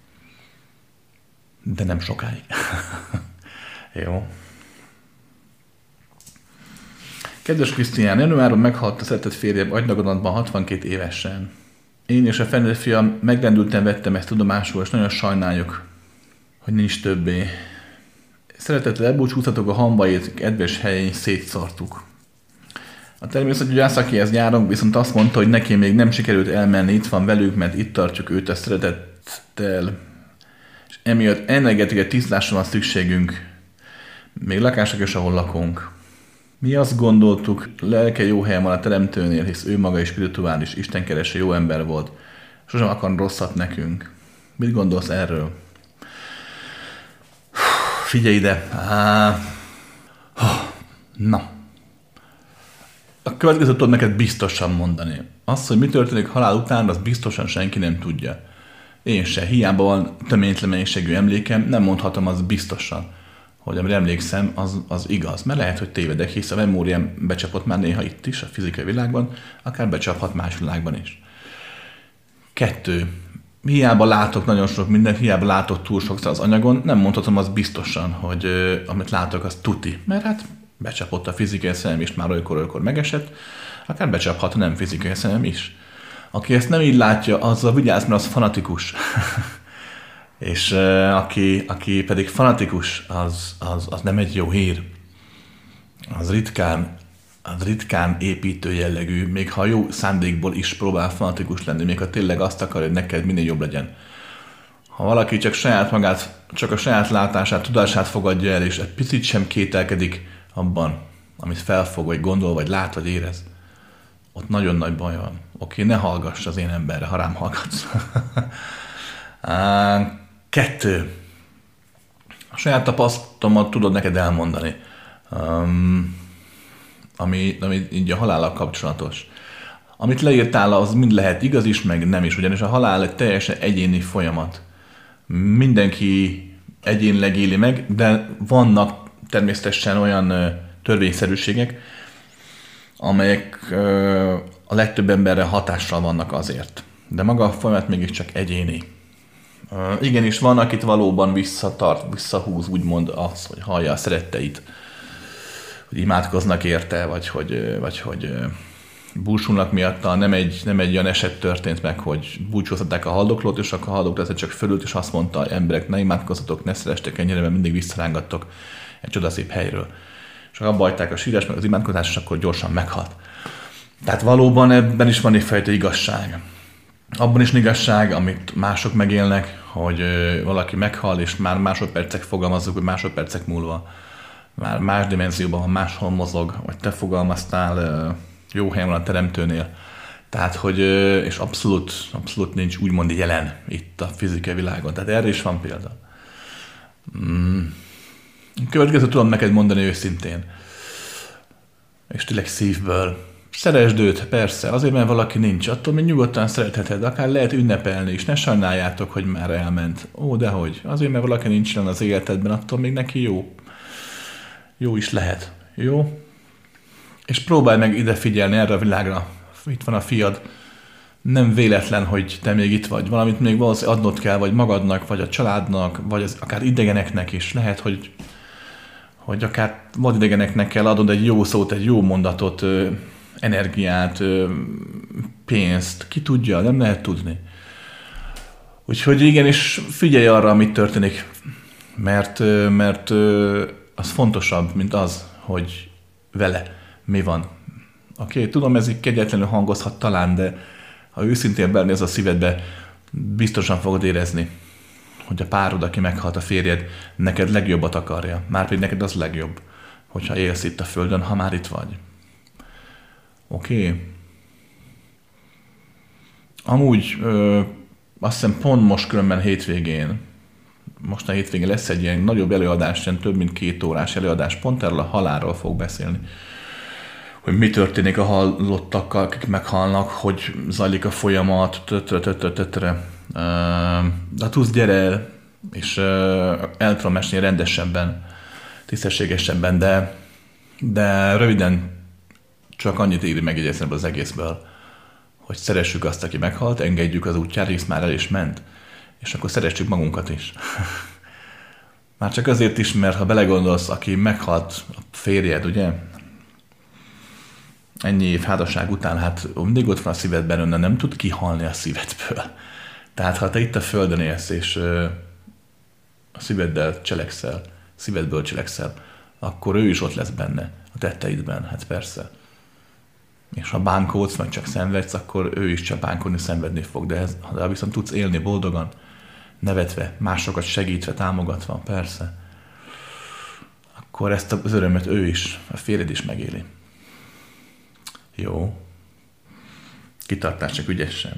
A: De nem sokáig. Jó. Kedves Krisztián, januáron meghalt a szeretett férjem agydagadatban hatvankét évesen. Én és a felnőtt fiam megrendülten vettem ezt tudomásul, és nagyon sajnáljuk, hogy nincs többé. Szeretettel elbúcsúztatok a hambait, kedves helyén szétszartuk. A természetgyógyász, akihez járunk, viszont azt mondta, hogy neki még nem sikerült elmenni, itt van velük, mert itt tartjuk őt a szeretettel. És emiatt energetikai tisztlásra van szükségünk. Még lakások is, ahol lakunk. Mi azt gondoltuk, lelke jó helyen van a teremtőnél, hisz ő maga is spirituális, istenkereső jó ember volt. Sosem akar rosszat nekünk. Mit gondolsz erről? Figyelj ide! Na. A következőt tudod neked biztosan mondani. Az, hogy mi történik halál után, az biztosan senki nem tudja. Én se. Hiába van töménytelen mennyiségű emlékem, nem mondhatom az biztosan, hogy amire emlékszem, az, az igaz. Mert lehet, hogy tévedek, hisz a memóriám becsapott már néha itt is, a fizikai világban, akár becsaphat más világban is. Kettő. Hiába látok nagyon sok mindent, hiába látok túl sokszor az anyagon, nem mondhatom az biztosan, hogy ö, amit látok, az tuti. Mert hát becsapott a fizikai szemem is, már olykor-olykor megesett, akár becsaphat a nem fizikai szemem is. Aki ezt nem így látja, azzal vigyázz, mert az fanatikus. És uh, aki, aki pedig fanatikus, az, az, az nem egy jó hír. Az ritkán, az ritkán építő jellegű, még ha jó szándékból is próbál fanatikus lenni, még ha tényleg azt akar, hogy neked minél jobb legyen. Ha valaki csak saját magát, csak a saját látását, tudását fogadja el, és egy picit sem kételkedik abban, amit felfog, vagy gondol, vagy lát, vagy érez, ott nagyon nagy baj van. Oké, ne hallgass az én emberre, ha rám hallgatsz. Kettő. A saját tapasztalatomat tudod neked elmondani, um, ami, ami így a halállal kapcsolatos. Amit leírtál, az mind lehet igaz is, meg nem is, ugyanis a halál egy teljesen egyéni folyamat. Mindenki egyénileg éli meg, de vannak természetesen olyan törvényszerűségek, amelyek a legtöbb emberre hatással vannak azért. De maga a folyamat mégiscsak egyéni. Igenis, van, akit valóban visszatart, visszahúz, úgymond az, hogy hallja a szeretteit, hogy imádkoznak érte, vagy hogy, vagy hogy búsulnak miatta. Nem egy, nem egy olyan eset történt meg, hogy búcsúztatták a haldoklót, és akkor a haldokló csak fölült, és azt mondta, hogy emberek, ne imádkozzatok, ne szerestek ennyire, mert mindig visszarángattok egy csodaszép helyről. És abba hagyták a sírás, meg az imádkozás, és akkor gyorsan meghalt. Tehát valóban ebben is van egyfajta igazság. Abban is igazság, amit mások megélnek, hogy valaki meghal, és már másodpercek fogalmazzuk, hogy másodpercek múlva már más dimenzióban van, máshol mozog, vagy te fogalmaztál, jó helyen van a teremtőnél. Tehát, hogy, és abszolút, abszolút nincs úgymond jelen itt a fizikai világon. Tehát erre is van példa. Mm. Következő tudom neked mondani őszintén. És tényleg szívből. Szeresd őt, persze, azért, mert valaki nincs. Attól még nyugodtan szeretheted, akár lehet ünnepelni is. Ne sajnáljátok, hogy már elment. Ó, dehogy. Azért, mert valaki nincs jelen az életedben, attól még neki jó. Jó is lehet. Jó? És próbálj meg ide figyelni erre a világra. Itt van a fiad. Nem véletlen, hogy te még itt vagy. Valamit még valószínűleg adnod kell, vagy magadnak, vagy a családnak, vagy az, akár idegeneknek is. Lehet, hogy, hogy akár vadidegeneknek kell adod egy jó szót, egy jó mondatot, energiát, pénzt. Ki tudja, nem lehet tudni. Úgyhogy igenis figyelj arra, amit történik. Mert, mert az fontosabb, mint az, hogy vele mi van. Oké, okay, tudom, ez így kegyetlenül hangozhat talán, de ha őszintén belnéz a szívedbe, biztosan fogod érezni, hogy a párod, aki meghalt, a férjed, neked legjobbat akarja. Márpedig neked az legjobb, hogyha élsz itt a földön, ha már itt vagy. Oké? Okay. Amúgy ö, azt hiszem pont most különben hétvégén, most a hétvégén lesz egy ilyen nagyobb előadás, ilyen több mint két órás előadás, pont erről a halálról fog beszélni. Hogy mi történik a halottakkal, akik meghalnak, hogy zajlik a folyamat, de tudsz, gyere el, és el tudom mesélni rendesebben, tisztességesebben, de, de röviden csak annyit írni megjegyezni az egészből, hogy szeressük azt, aki meghalt, engedjük az útjára, hisz már el is ment, és akkor szeressük magunkat is. Már csak azért is, mert ha belegondolsz, aki meghalt, a férjed, ugye? Ennyi év házasság után, hát mindig ott van a szívedben, onnan nem tud kihalni a szívedből. Tehát ha te itt a földön élsz, és a szíveddel cselekszel, szívedből cselekszel, akkor ő is ott lesz benne, a tetteidben, hát persze. És ha bánkódsz, meg csak szenvedsz, akkor ő is csak bánkodni, szenvedni fog. De, ez, de viszont tudsz élni boldogan, nevetve, másokat segítve, támogatva, persze, akkor ezt az örömet ő is, a férjed is megéli. Jó. Kitartás, csak ügyesen.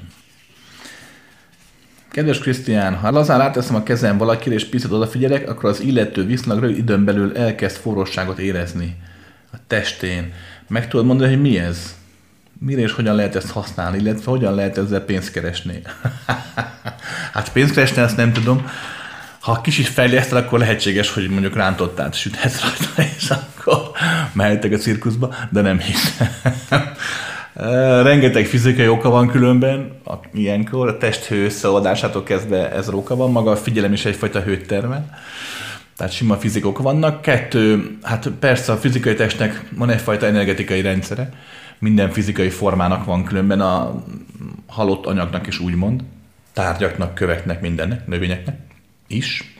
A: Kedves Krisztián, ha lazán ráteszem a kezem valakire és picit odafigyelek, akkor az illető viszonylag rövid időn belül elkezd forróságot érezni a testén. Meg tudod mondani, hogy mi ez? Mire és hogyan lehet ezt használni, illetve hogyan lehet ezzel pénzt keresni? Hát pénzt keresni, ezt nem tudom. Ha kicsit fejlesztel, akkor lehetséges, hogy mondjuk rántottát süthetsz rajta, és akkor mehettek a cirkuszba, de nem hiszem. Rengeteg fizikai oka van különben, ilyenkor a testhő összeoldásától kezdve ez oka van, maga a figyelem is egyfajta hőt termel. Tehát sima fizikok vannak. Kettő, hát persze a fizikai testnek van egyfajta energetikai rendszere, minden fizikai formának van különben, a halott anyagnak is úgymond, tárgyaknak, köveknek, mindennek, növényeknek is.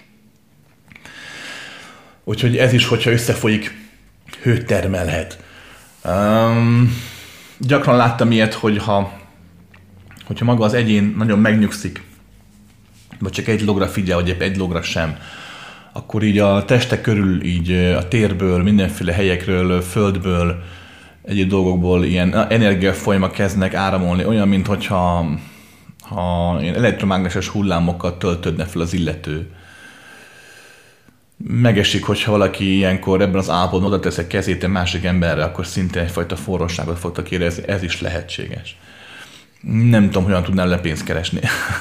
A: Úgyhogy ez is, hogyha összefolyik, hőt termelhet. Um, gyakran láttam ilyet, hogyha, hogyha maga az egyén nagyon megnyugszik, vagy csak egy logra figyel, vagy egy logra sem, akkor így a teste körül, így a térből, mindenféle helyekről, földből, egyéb dolgokból ilyen energiafolyamak kezdnek áramolni, olyan, mintha ha ilyen elektromágneses hullámokat töltödne fel az illető. Megesik, hogyha valaki ilyenkor ebben az állapotban oda tesz egy kezét egy másik emberre, akkor szinte egyfajta forróságot fogtak érezni, ez is lehetséges. Nem tudom, hogyan tudnál le pénzt keresni.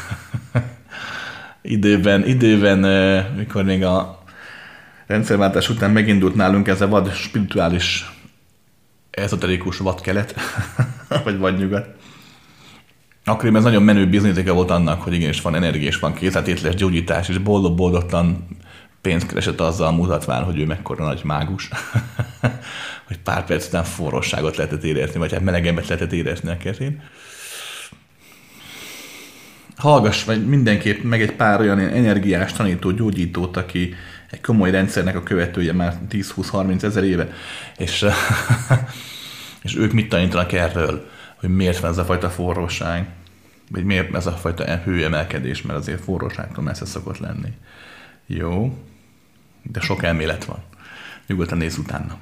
A: időben, időben, mikor még a rendszerváltás után megindult nálunk ez a vad spirituális, ezoterikus vadkelet, vagy vadnyugat. Akkoriban ez nagyon menő bizonyítéka volt annak, hogy igenis van energia, és van kézzeltételes gyógyítás, és boldog-boldogtan pénzt keresett azzal mutatván, hogy ő mekkora nagy mágus, hogy pár perc után forróságot lehetett érezni, vagy hát melegebbet lehetett érezni a kezén. Hallgass vagy mindenképp meg egy pár olyan energiás tanító, gyógyítót, aki egy komoly rendszernek a követője már tíz-húsz-harminc ezer éve, és, és ők mit tanítanak erről, hogy miért van ez a fajta forróság, vagy miért ez a fajta hőemelkedés, mert azért forróságtól messze szokott lenni. Jó, de sok elmélet van. Nyugodtan nézz utána.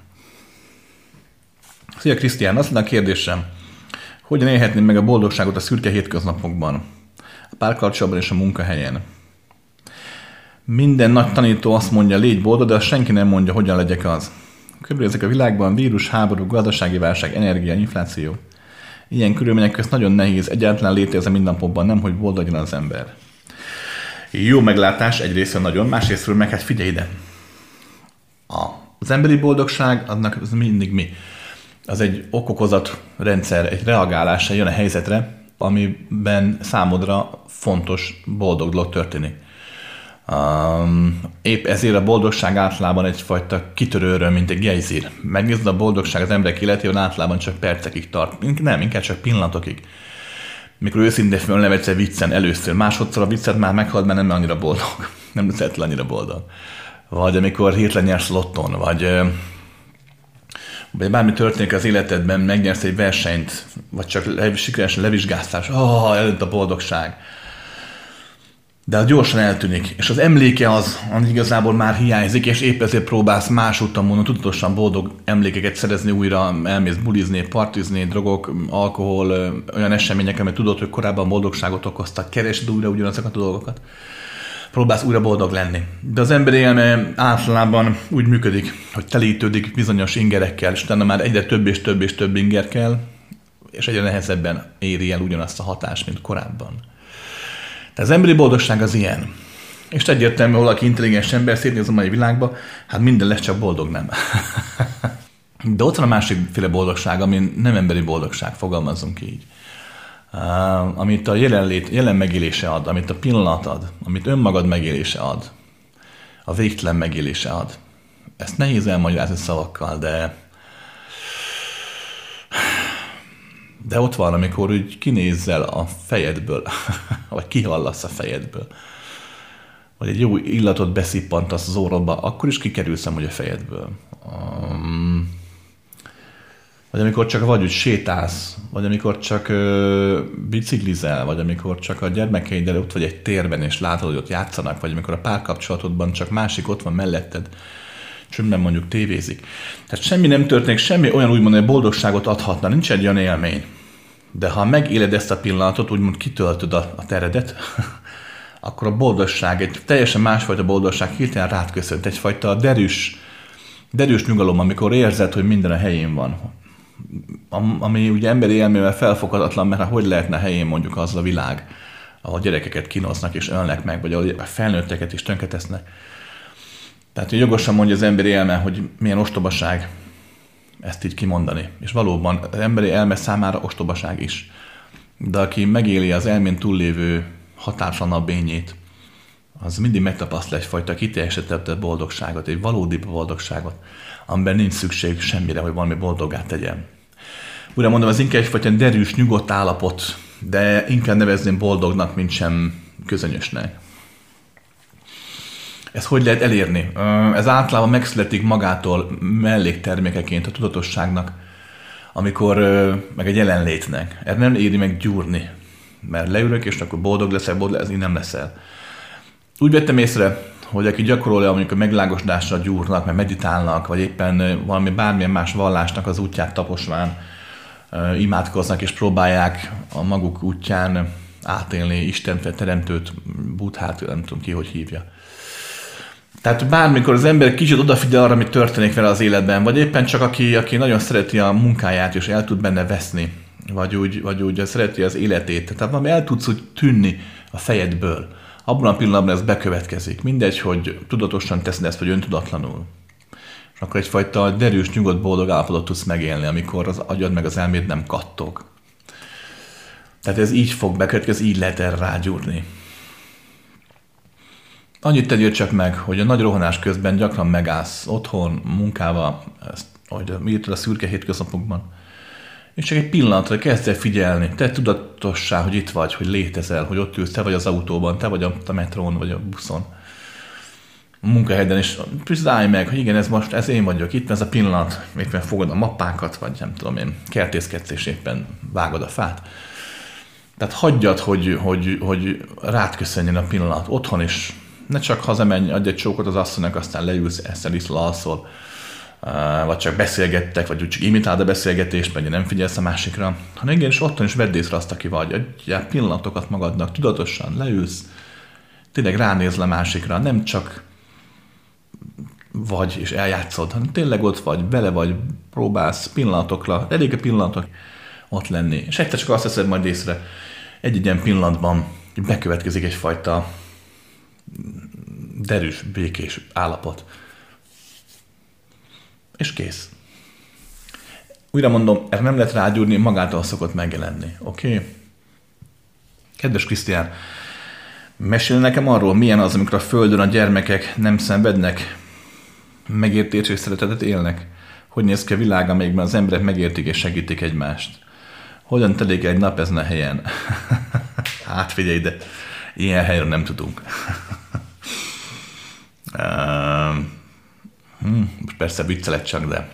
A: Szia Krisztián, azt lenne a kérdésem, hogyan élhetném meg a boldogságot a szürke hétköznapokban, a párkapcsolatban és a munkahelyen? Minden nagy tanító azt mondja, légy boldog, de azt senki nem mondja, hogyan legyek az. Körülbelül a világban vírus, háború, gazdasági válság, energia, infláció. Ilyen körülmények közt nagyon nehéz egyáltalán létezni a mindennapokban, nem, hogy boldog legyen az ember. Jó meglátás egyrésztről nagyon, másrésztről meg hát figyelj ide. Az emberi boldogság, annak az mindig mi? Az egy okokozat rendszer, egy reagálás jön a helyzetre, amiben számodra fontos, boldog dolog történik. Um, épp ezért a boldogság általában egyfajta kitörőről, mint egy gejzír. Megnézd, a boldogság az emberek életében általában csak percekig tart. Nem, inkább csak pillanatokig. Mikor őszintén fölnevetsz egy viccen először, másodszor a viccet már meghalt, mert nem annyira boldog. Nem leszel annyira boldog. Vagy amikor hirtelen nyersz lotton, vagy, vagy bármi történik az életedben, megnyersz egy versenyt, vagy csak le, sikeresen levizsgáztál, és oh, előtt a boldogság. de az gyorsan eltűnik, és az emléke az, ami igazából már hiányzik, és épp ezért próbálsz más úton módon tudatosan boldog emlékeket szerezni újra, elmész bulizni, partizni, drogok, alkohol, olyan események, amit tudod, hogy korábban boldogságot okoztak, keresd újra ugyanazokat a dolgokat. Próbálsz újra boldog lenni. De az emberi élme általában úgy működik, hogy telítődik bizonyos ingerekkel, és utána már egyre több és több és több inger kell, és egyre nehezebben éri el ugyanazt a hatást, mint korábban. Tehát az emberi boldogság az ilyen. És egyértelmű, hogy valaki intelligens ember szépnéz a mai világban, hát minden lesz, csak boldog nem. De ott van a másikféle boldogság, ami nem emberi boldogság, fogalmazzunk így. Uh, amit a jelenlét, jelen megélése ad, amit a pillanat ad, amit önmagad megélése ad, a végtelen megélése ad. Ezt nehéz elmagyarázni szavakkal, de de ott van, amikor úgy kinézzel a fejedből, vagy kihallasz a fejedből, vagy egy jó illatot beszippantasz az órodba, akkor is kikerülsz amúgy a fejedből. Um, vagy amikor csak vagy úgy sétálsz, vagy amikor csak ö, biciklizel, vagy amikor csak a gyermekeiddel ott vagy egy térben, és látod, hogy ott játszanak, vagy amikor a párkapcsolatodban csak másik ott van melletted, csöndben mondjuk tévézik. Tehát semmi nem történik, semmi olyan úgymond, hogy boldogságot adhatna, nincs egy olyan élmény. De ha megéled ezt a pillanatot, úgymond kitöltöd a, a teredet, akkor a boldogság, egy teljesen másfajta boldogság hirtelen rád köszönt, egyfajta derűs, derűs nyugalom, amikor érzed, hogy minden a helyén van. Ami ugye emberi élmével felfoghatatlan, mert hogy lehetne helyén mondjuk az a világ, ahol gyerekeket kínoznak és ölnek meg, vagy ahol a felnőtteket is tönkretesznek. Tehát hogy jogosan mondja az emberi elme, hogy milyen ostobaság ezt így kimondani. És valóban az emberi elme számára ostobaság is. De aki megéli az elmén túllévő határtalanabb bényét, az mindig megtapasztal egyfajta kiteljesedett boldogságot, egy valódi boldogságot, amiben nincs szükség semmire, hogy valami boldoggá tegyen. Újra mondom, ez inkább egyfajta derűs, nyugodt állapot, de inkább nevezném boldognak, mint sem közönyösnek. Ezt hogy lehet elérni? Ez általában megszületik magától melléktermékeként a tudatosságnak, amikor meg egy jelenlétnek. Erre nem éri meg gyúrni, mert leülök, és akkor boldog leszel, boldog leszel, így nem leszel. Úgy vettem észre, hogy aki gyakorolja mondjuk a megvilágosodásra gyúrnak, mert meditálnak, vagy éppen valami bármilyen más vallásnak az útját taposván imádkoznak, és próbálják a maguk útján átélni Istent, Teremtőt, Buddhát, nem tudom ki, hogy hívja. Tehát bármikor az ember kicsit odafigyel arra, ami történik vele az életben, vagy éppen csak aki, aki nagyon szereti a munkáját, és el tud benne veszni, vagy úgy, vagy úgy szereti az életét. Tehát valami el tudsz úgy tűnni a fejedből. Abban a pillanatban ez bekövetkezik. Mindegy, hogy tudatosan teszed ezt, vagy öntudatlanul. És akkor egyfajta derűs, nyugodt, boldog állapotot tudsz megélni, amikor az agyad meg az elméd nem kattog. Tehát ez így fog bekövetkezni, így lehet erre rágyúrni. Annyit tegyél csak meg, hogy a nagy rohanás közben gyakran megállsz otthon, munkával, ezt, ahogy írtad a szürke hétköznapokban, és csak egy pillanatra kezdj el figyelni, te tudatossá, hogy itt vagy, hogy létezel, hogy ott ülsz, te vagy az autóban, te vagy a metrón, vagy a buszon, a munkahelyeden, és állj meg, hogy igen, ez most, ez én vagyok, itt ez a pillanat, éppen fogod a mappákat, vagy nem tudom én, kertészkedsz, és éppen vágod a fát. Tehát hagyjad, hogy, hogy, hogy rád köszönjön a pillanat otthon is. Ne csak hazamenj, adj egy csókot az asszonynak, aztán leülsz, eszel, iszol, alszol, vagy csak beszélgettek, vagy úgy csak imitálod a beszélgetést, vagy nem figyelsz a másikra, hanem igenis otthon is vedd észre azt, aki vagy. Adjál pillanatokat magadnak, tudatosan leülsz, tényleg ránézl a másikra, nem csak vagy és eljátszod, hanem tényleg ott vagy, bele vagy, próbálsz pillanatokra, elég a pillanatok ott lenni. És egyszer csak azt veszed majd észre, egy ilyen pillanatban bekövetkezik egyfajta derűs, békés állapot. És kész. Újra mondom, erre nem lehet rágyúrni, magától szokott megjelenni. Oké? Okay? Kedves Krisztián, mesélj nekem arról, milyen az, amikor a Földön a gyermekek nem szenvednek, megértés és szeretetet élnek. Hogy néz ki a világ, amelyikben az emberek megértik és segítik egymást. Hogyan telik egy nap ezen a helyen? Hát figyelj, de ilyen helyről nem tudunk. uh, hm, persze viccelek csak, de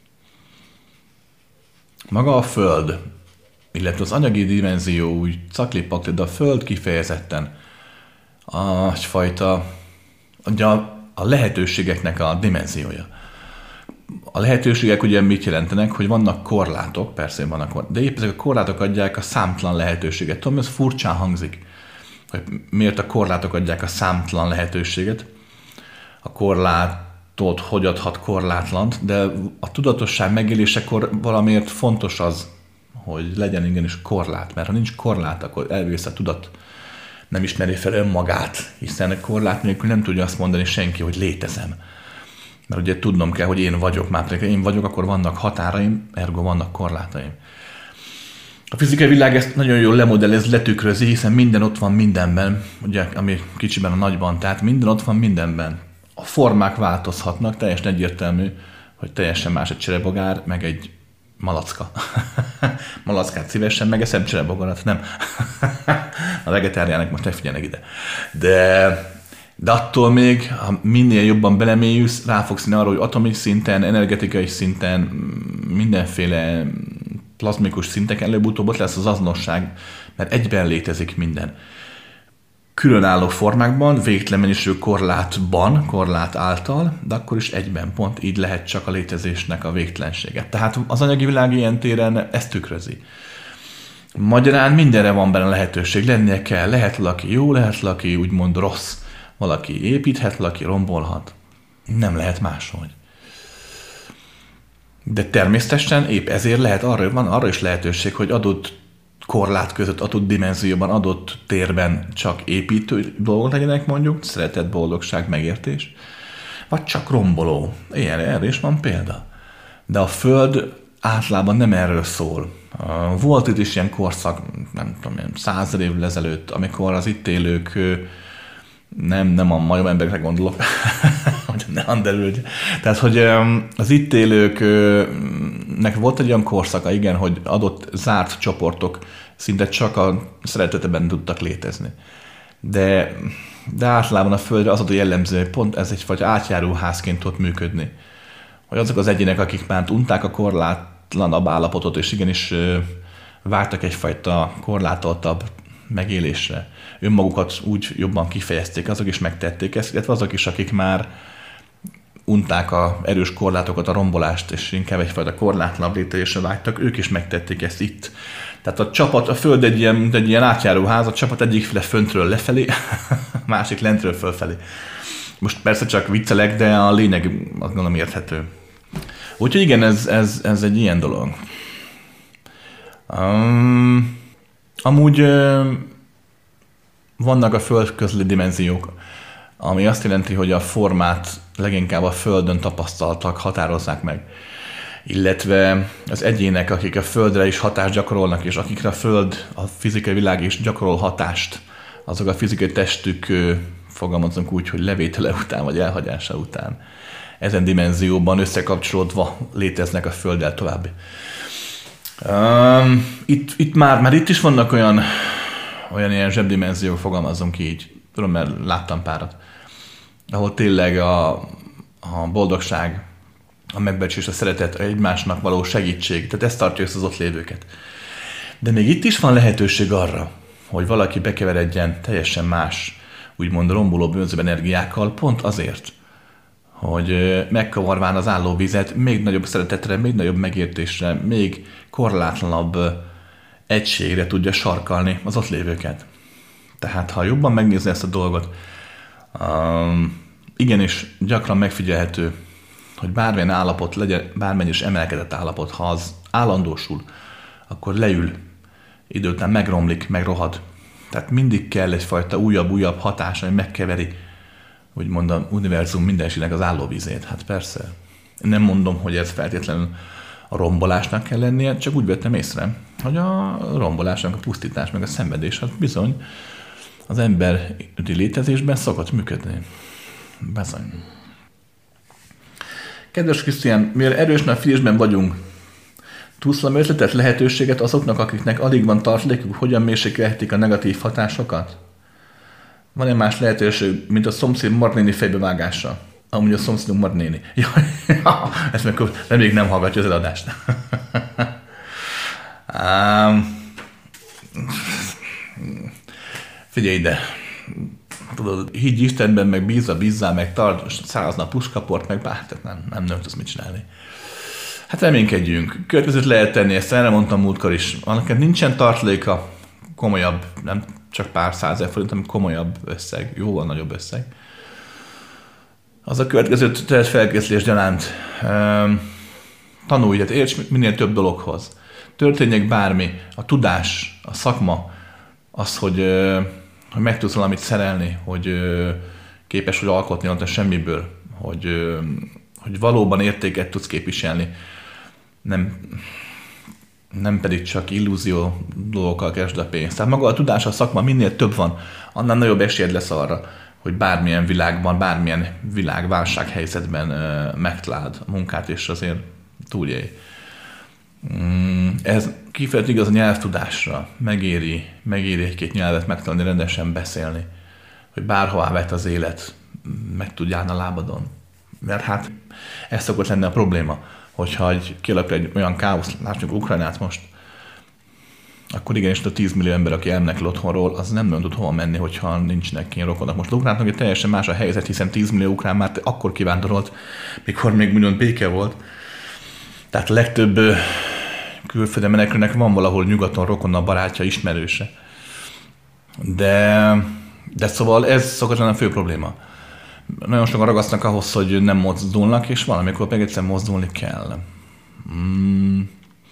A: maga a Föld, illetve az anyagi dimenzió úgy cakli-pakli, de a Föld kifejezetten a, egyfajta a, a lehetőségeknek a dimenziója. A lehetőségek ugye mit jelentenek, hogy vannak korlátok, persze vannak korlátok, de épp ezek a korlátok adják a számtalan lehetőséget. Tudom, ez furcsán hangzik, hogy miért a korlátok adják a számtalan lehetőséget. A korlátot hogy adhat korlátlant, de a tudatosság megélésekor valamiért fontos az, hogy legyen igenis korlát, mert ha nincs korlát, akkor elvész a tudat, nem ismeri fel önmagát, hiszen a korlát nélkül nem tudja azt mondani senki, hogy létezem. Mert ugye tudnom kell, hogy én vagyok, már pedig én vagyok, akkor vannak határaim, ergo vannak korlátaim. A fizikai világ ezt nagyon jól lemodellez, letükrözi, hiszen minden ott van mindenben, ugye, ami kicsiben a nagyban, tehát minden ott van mindenben. A formák változhatnak, teljesen egyértelmű, hogy teljesen más egy cserebogár, meg egy malacka. Malackát szívesen megeszem, cserebogarat nem. A vegetáriának most ne figyelnek ide. De... De attól még, ha minél jobban belemélyülsz, rá fogsz jönni arra, hogy atomikus szinten, energetikai szinten, mindenféle plazmikus szintek előbb-utóbb ott lesz az azonosság, mert egyben létezik minden. Különálló formákban, végtelen mennyiségű korlátban, korlát által, de akkor is egyben pont így lehet csak a létezésnek a végtelensége. Tehát az anyagi világ ilyen téren ezt tükrözi. Magyarán mindenre van benne lehetőség, lennie kell, lehet valaki jó, lehet valaki úgymond rossz. Valaki építhet, valaki rombolhat. Nem lehet máshogy. De természetesen épp ezért lehet arra, van arra is lehetőség, hogy adott korlát között, adott dimenzióban, adott térben csak építő dolgok legyenek mondjuk, szeretet, boldogság, megértés, vagy csak romboló. Ilyen, erre is van példa. De a Föld általában nem erről szól. Volt itt is ilyen korszak, nem tudom, százezer évvel ezelőtt, amikor az itt élők Nem, nem a majom emberekre gondolok, hogy ne anderülj. Tehát, hogy az itt élőknek volt egy olyan korszaka, igen, hogy adott zárt csoportok szinte csak a szeretetben tudtak létezni. De, de általában a Földre az a jellemző, hogy pont ez egyfajta átjáróházként tud működni. Hogy azok az egyének, akik már unták a korlátlanabb állapotot, és igenis vártak egyfajta korlátoltabb megélésre, önmagukat úgy jobban kifejezték, azok is megtették ezt, illetve azok is, akik már unták a erős korlátokat, a rombolást, és inkább egyfajta korlátlanabb létezésre vágytak, ők is megtették ezt itt. Tehát a csapat, a Föld egy ilyen, egy ilyen átjáróház, a csapat egyikféle föntről lefelé, másik lentről fölfelé. Most persze csak viccelek, de a lényeg azt gondolom érthető. Úgyhogy igen, ez, ez, ez egy ilyen dolog. Um, amúgy um, vannak a föld közeli dimenziók, ami azt jelenti, hogy a formát leginkább a Földön tapasztaltak, határozzák meg. Illetve az egyének, akik a Földre is hatást gyakorolnak, és akikre a Föld, a fizikai világ is gyakorol hatást, azok a fizikai testük, fogalmazunk úgy, hogy levétele után, vagy elhagyása után ezen dimenzióban összekapcsolódva léteznek a Földdel tovább. Um, itt, itt már, már itt is vannak olyan, olyan ilyen zsebdimenziók, fogalmazunk így. Tudom, mert láttam párat, ahol tényleg a, a boldogság, a megbecsülés, a szeretet, egymásnak való segítség, tehát ezt tartja össze az ott lévőket. De még itt is van lehetőség arra, hogy valaki bekeveredjen teljesen más, úgymond romboló bűnzőbb energiákkal, pont azért, hogy megkavarván az állóvizet még nagyobb szeretetre, még nagyobb megértésre, még korlátlanabb egységre tudja sarkalni az ott lévőket. Tehát, ha jobban megnézni ezt a dolgot, um, igenis gyakran megfigyelhető, hogy bármilyen állapot legyen, bármennyi is emelkedett állapot, ha az állandósul, akkor leül, idő után megromlik, megrohad. Tehát mindig kell egyfajta újabb-újabb hatás, ami megkeveri, úgymond a univerzum mindenségnek az állóvízét. Hát persze. Nem mondom, hogy ez feltétlenül a rombolásnak kell lennie, csak úgy vettem észre, hogy a rombolásnak a pusztítás, meg a szenvedés, az bizony az emberi létezésben szokott működni. Bizony. Kedves Krisztián, mivel erős nagy figyelésben vagyunk, tudsz valami ötletet, lehetőséget azoknak, akiknek alig van tartalékuk, hogyan mérsékelhetik a negatív hatásokat? Van-e más lehetőség, mint a szomszéd marnéni fejbevágása? Amúgy a szomszédunk marnéni. Jaj, ezt meg reméljük nem hallgatja az eladást. um, figyelj ide, tudod, higgy Istenben, meg bízza, bízzál, meg tart százna puskaport, meg bár, tehát nem, nem, nem tudsz mit csinálni. Hát reménykedjünk. Következőt lehet tenni, ezt erre mondtam múltkor is. Annak nincsen tartaléka, komolyabb, nem csak pár százezer forint, hanem komolyabb összeg, jóval nagyobb összeg. Az a következő tehet felkészülés gyanánt. Tanulj, tehát érts minél több dologhoz. Történjek bármi, a tudás, a szakma, az, hogy, hogy meg tudsz valamit szerelni, hogy képes vagy alkotni ott a semmiből, hogy, hogy valóban értéket tudsz képviselni, nem, nem pedig csak illúzió dolgokkal keresd a pénzt. Tehát maga a tudás, a szakma minél több van, annál nagyobb esélyed lesz arra, hogy bármilyen világban, bármilyen világválsághelyzetben megtaláld a munkát, és azért túlélj. Ez kifejezetten igaz a nyelvtudásra. Megéri, megéri egy-két nyelvet megtanulni, rendesen beszélni, hogy bárhová vet az élet, meg tudjál a lábadon. Mert hát ez szokott lenni a probléma, hogyha egy, kialakul egy olyan káosz, lássuk Ukrajnát most, akkor igenis a tíz millió ember, aki elmenekül otthonról, az nem nagyon tud hova menni, hogyha nincsenek ilyen rokonok. Most Ukránnak egy teljesen más a helyzet, hiszen tíz millió ukrán már akkor kivándorolt, mikor még millió béke volt. Tehát a legtöbb külföldön menekülnek van valahol nyugaton rokonna, barátja, ismerőse. De, de szóval ez szokott lenni a fő probléma. Nagyon sokan ragasztnak ahhoz, hogy nem mozdulnak, és valamikor meg egyszer mozdulni kell. Hmm.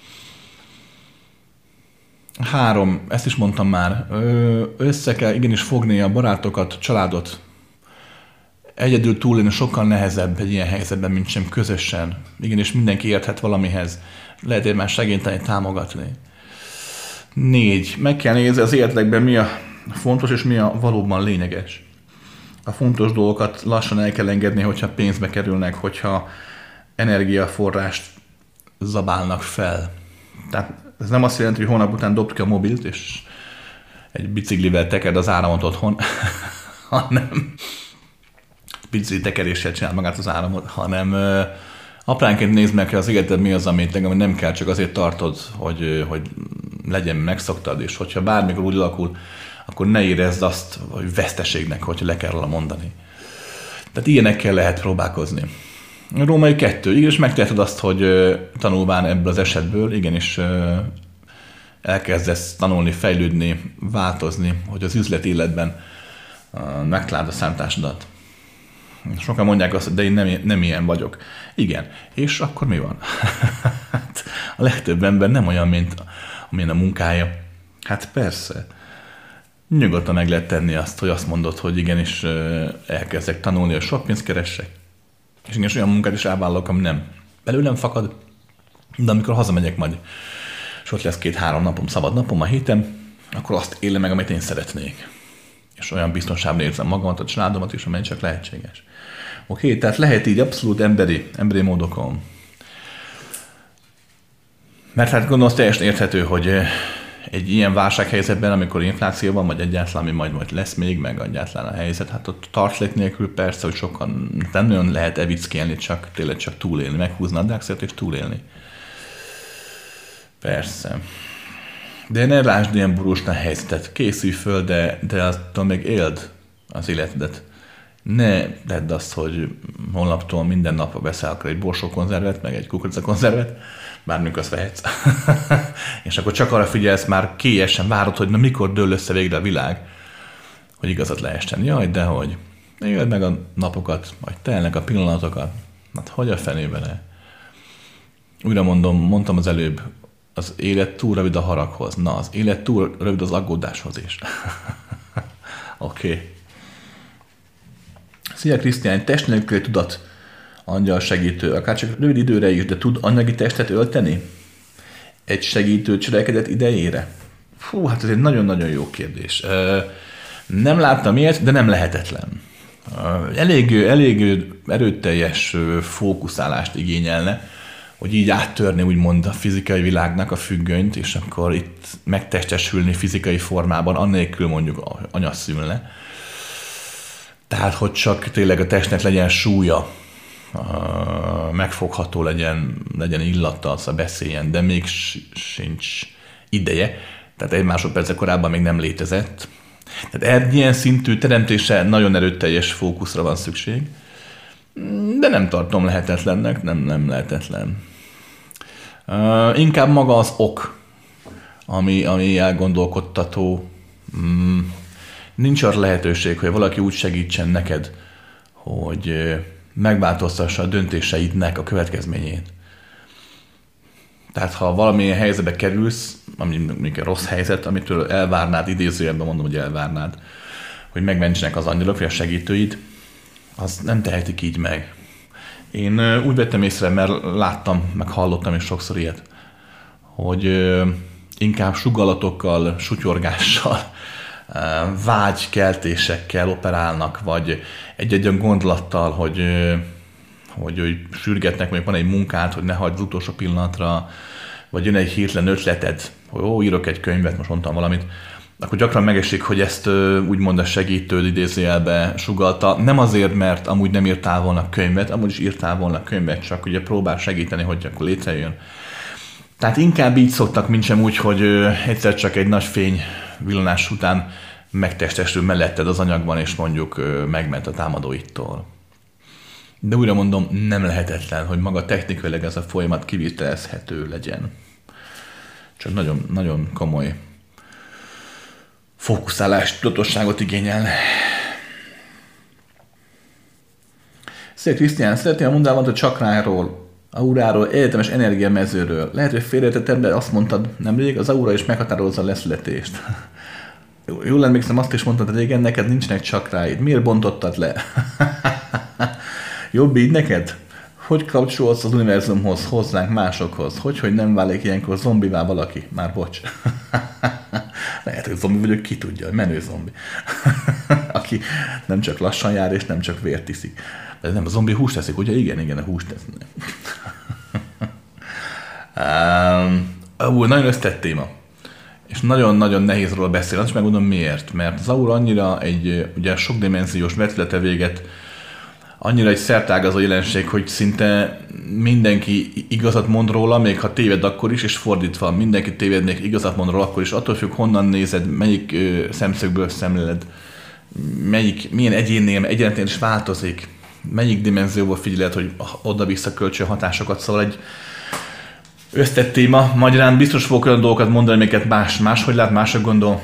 A: Három, ezt is mondtam már, össze kell igenis fogni a barátokat, családot. Egyedül túlélni sokkal nehezebb egy ilyen helyzetben, mint sem közösen. Igenis mindenki érthet valamihez. Lehet egymást segíteni, támogatni. Négy, meg kell nézni az életekben mi a fontos és mi a valóban lényeges. A fontos dolgokat lassan el kell engedni, hogyha pénzbe kerülnek, hogyha energiaforrást zabálnak fel. Tehát ez nem azt jelenti, hogy hónap után dobd ki a mobilt, és egy biciklivel tekerd az áramot otthon, hanem bicikli tekeréssel csinál magát az áramot, hanem ö, apránként nézd meg, hogy az életed mi az, amit nem kell, csak azért tartod, hogy, hogy legyen, megszoktad, és hogyha bármikor úgy alakul, akkor ne érezd azt, hogy veszteségnek, hogyha le kell róla mondani. Tehát ilyenekkel lehet próbálkozni. A római kettő, igenis megteheted azt, hogy tanulván ebből az esetből, igenis elkezdesz tanulni, fejlődni, változni, hogy az üzleti életben megtaláld a számításodat. Sokan mondják azt, hogy de én nem, nem ilyen vagyok. Igen. És akkor mi van? Hát a legtöbb ember nem olyan, mint amilyen a munkája. Hát persze. Nyugodtan meg lehet tenni azt, hogy azt mondod, hogy igenis elkezdek tanulni, hogy sok pénzt keressek. És igenis olyan munkát is elvállalok, ami nem belőlem fakad, de amikor hazamegyek majd, és ott lesz két-három napom, szabad napom a héten, akkor azt élem meg, amit én szeretnék. És olyan biztonságban érzem magamat, a családomat is, amely csak lehetséges. Oké, okay, tehát lehet így abszolút emberi, emberi módokon. Mert hát gondolom, teljesen érthető, hogy egy ilyen válsághelyzetben, amikor infláció van, vagy egyáltalán, ami majd, majd lesz még, meg egyáltalán a helyzet, hát ott tartalék nélkül persze, hogy sokan nem nagyon lehet evickélni, csak tényleg csak túlélni, meghúzni a dákszert és túlélni. Persze. De ne lásd ilyen burúsnál helyzetet, készülj föl, de, de attól még éld az életedet. Ne tedd azt, hogy holnaptól minden nap veszel akkor egy borsókonzervet, meg egy kukoricakonzervet, bármikor azt vehetsz. És akkor csak arra figyelsz, már kélyesen várod, hogy na mikor dől össze végre a világ, hogy igazat lehessen. Jaj, dehogy. Éld meg a napokat, vagy telnek a pillanatokat. Hát hogy a fenébe? Újra mondom, mondtam az előbb, az élet túl rövid a haraghoz. Na, az élet túl rövid az aggódáshoz is. Oké. Okay. Szia Krisztián, test nélküli tudat, angyal segítő, akár csak rövid időre is, de tud anyagi testet ölteni? Egy segítő cselekedet idejére? Fú, hát ez egy nagyon-nagyon jó kérdés. Nem láttam ilyet, de nem lehetetlen. Elég, elég erőteljes fókuszálást igényelne, hogy így áttörni úgymond a fizikai világnak a függönyt, és akkor itt megtestesülni fizikai formában, annélkül mondjuk anya szülne. Tehát, hogy csak tényleg a testnek legyen súlya, megfogható legyen, legyen illata, az a beszéljen, de még sincs ideje. Tehát egy másodperccel korábban még nem létezett. Tehát egy ilyen szintű teremtése nagyon erőteljes fókuszra van szükség, de nem tartom lehetetlennek, nem, nem lehetetlen. Uh, inkább maga az ok, ami, ami elgondolkodtató. Mm, nincs arra lehetőség, hogy valaki úgy segítsen neked, hogy megváltoztassa a döntéseidnek a következményét. Tehát ha valamilyen helyzetbe kerülsz, ami mondjuk rossz helyzet, amitől elvárnád, idézőjelben mondom, hogy elvárnád, hogy megmentsenek az angyalok, vagy a segítőid, az nem tehetik így meg. Én úgy vettem észre, mert láttam, meg hallottam is sokszor ilyet, hogy inkább sugallatokkal, sutyorgással, vágykeltésekkel operálnak, vagy egy-egy olyan gondolattal, hogy, hogy, hogy sürgetnek, mondjuk van egy munkát, hogy ne hagyd az utolsó pillanatra, vagy jön egy hirtelen ötleted, hogy ó, írok egy könyvet, most mondtam valamit, akkor gyakran megesik, hogy ezt úgymond a segítőd idézőjelbe sugalta. Nem azért, mert amúgy nem írtál volna könyvet, amúgy is írtál volna könyvet, csak ugye próbál segíteni, hogy akkor létrejön. Tehát inkább így szoktak, mint sem úgy, hogy egyszer csak egy nagy fény villanás után megtestesül melletted az anyagban, és mondjuk megment a támadóittól. De újra mondom, nem lehetetlen, hogy maga technikailag ez a folyamat kivitelezhető legyen. Csak nagyon, nagyon komoly fókuszálást, tudatosságot igényel. Szia Krisztián, szeretném mondani valamit a csakráról, auráról, egyetemes energiamezőről. Lehet, hogy félretettem, de azt mondtad nemrég, az aura is meghatározza a leszületést. Jól emlékszem, azt is mondtad régen, neked nincsenek csakráid. Miért bontottad le? Jobb így neked? Hogy kapcsolsz az univerzumhoz, hozzánk, másokhoz? Hogy, hogy nem válik ilyenkor zombivá valaki? Már bocs. Lehet, hogy zombi vagyok, ki tudja, menő zombi. Aki nem csak lassan jár, és nem csak vért iszik. De nem, a zombi húst teszik, ugye? Igen, igen, a húst tesznek. um, uh, nagyon összetett téma. És nagyon-nagyon nehéz róla beszélni, azt megmondom miért. Mert az aura annyira egy ugye sokdimenziós vetülete véget, annyira egy szertágazó jelenség, hogy szinte mindenki igazat mond róla, még ha téved akkor is, és fordítva, mindenki tévednék igazat mond róla akkor is, attól függ, honnan nézed, melyik ö, szemszögből szemléled, melyik, milyen egyénnél, egyenletén is változik, melyik dimenzióból figyeled, hogy oda-vissza kölcsön hatásokat, szóval egy összetett téma. Magyarán biztos fogok olyan dolgokat mondani, amiket más, máshogy lát, máshogy gondol,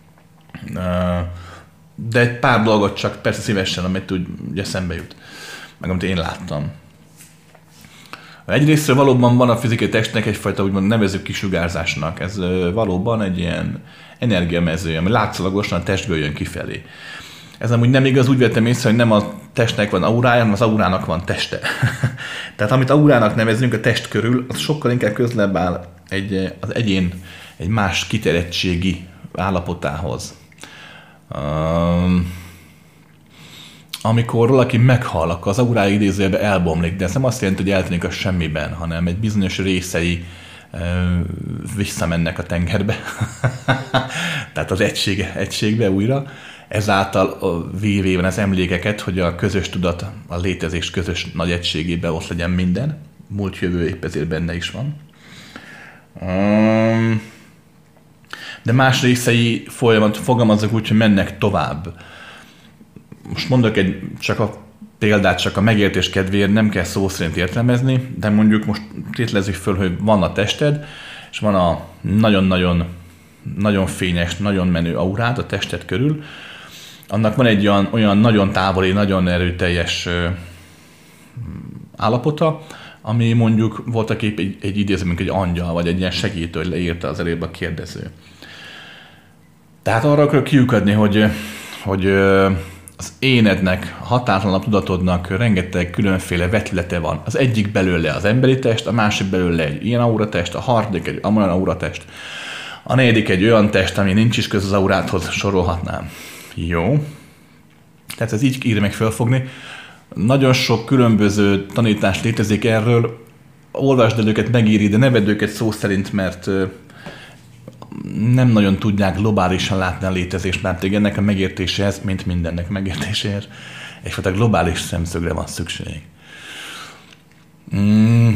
A: de egy pár dolgot csak persze szívesen, amit úgy ugye szembe jut, meg amit én láttam. Egyrésztről valóban van a fizikai testnek egyfajta úgymond nevező kisugárzásnak. Ez valóban egy ilyen energiamező, ami látszólagosan a testből jön kifelé. Ez amúgy nem igaz, úgy vettem észre, hogy nem a testnek van aurája, hanem az aurának van teste. Tehát amit aurának nevezünk a test körül, az sokkal inkább közelebb áll egy, az egyén egy más kiterjedtségi állapotához. Um, amikor valaki meghal, akkor az aurája idézőjelben elbomlik, de ez nem azt jelenti, hogy eltűnik a semmiben, hanem egy bizonyos részei uh, visszamennek a tengerbe. Tehát az egysége, egységbe újra. Ezáltal vévében az emlékeket, hogy a közös tudat, a létezés közös nagy egységében ott legyen minden. Múlt jövő épp ezért benne is van. Um, de más részei folyamat fogalmazok úgy, hogy mennek tovább. Most mondok egy csak a példát, csak a megértés kedvéért, nem kell szó szerint értelmezni, de mondjuk most tételezzük föl, hogy van a tested, és van a nagyon-nagyon nagyon fényes, nagyon menő aurád a tested körül. Annak van egy olyan, olyan nagyon távoli, nagyon erőteljes állapota, ami mondjuk voltak épp egy, egy idézőmünk, egy angyal, vagy egy ilyen segítő, hogy leírta az előbb a kérdező. Tehát arra akarok kiukadni, hogy, hogy az énednek, a hatátlanabb tudatodnak rengeteg különféle vetülete van. Az egyik belőle az emberi test, a másik belőle egy ilyen auratest, a harmadik egy amolyan auratest, a negyedik egy olyan test, ami nincs is köz az auráthoz, sorolhatnám. Jó. Tehát ez így írja meg felfogni. Nagyon sok különböző tanítás létezik erről. Olvasd el őket, megírj, de ne vedd őket szó szerint, mert nem nagyon tudják globálisan látni a létezést, mert ennek a megértéséhez, mint mindennek megértéséhez, egyfajta globális szemszögre van szükség. Mm,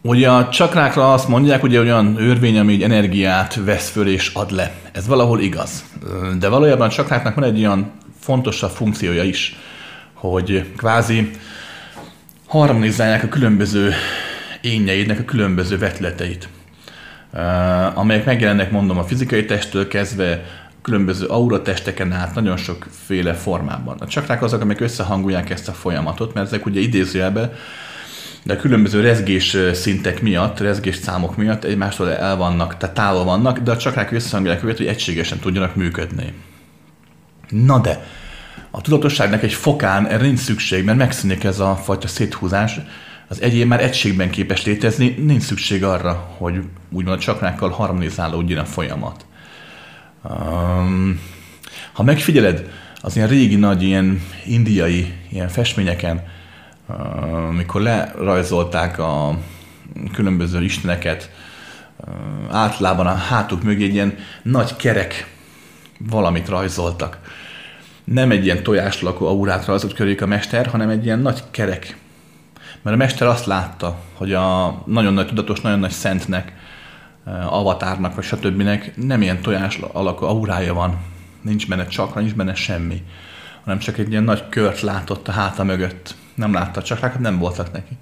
A: Ugye a csakrákra azt mondják, hogy olyan örvény, ami energiát vesz föl és ad le. Ez valahol igaz. De valójában a csakráknak van egy olyan fontosabb funkciója is, hogy kvázi harmonizálják a különböző énjeidnek a különböző vetületeit, amelyek megjelennek, mondom, a fizikai testtől kezdve különböző auratesteken át nagyon sokféle formában. A csakrák azok, amelyek összehangolják ezt a folyamatot, mert ezek ugye idézőjelben, de a különböző rezgés szintek miatt, rezgés számok miatt egymástól el vannak, tehát távol vannak, de a csakrák összehangolják őket, hogy egységesen tudjanak működni. Na de, a tudatosságnak egy fokán erre nincs szükség, mert megszűnik ez a fajta széthúzás, az egyén már egységben képes létezni, nincs szükség arra, hogy úgymond a csakrákkal harmonizálódjon a folyamat. Um, ha megfigyeled, az ilyen régi nagy ilyen indiai ilyen festményeken, uh, mikor lerajzolták a különböző isteneket, uh, általában a hátuk mögé egy ilyen nagy kerek valamit rajzoltak. Nem egy ilyen tojáslakó aurát rajzolt köréjük a mester, hanem egy ilyen nagy kerek. Mert a mester azt látta, hogy a nagyon nagy tudatos, nagyon nagy szentnek, avatárnak, vagy stb. Nem ilyen tojás alakú aurája van. Nincs benne csakra, nincs benne semmi. Hanem csak egy ilyen nagy kört látott a háta mögött. Nem látta a csakrákat, nem voltak neki.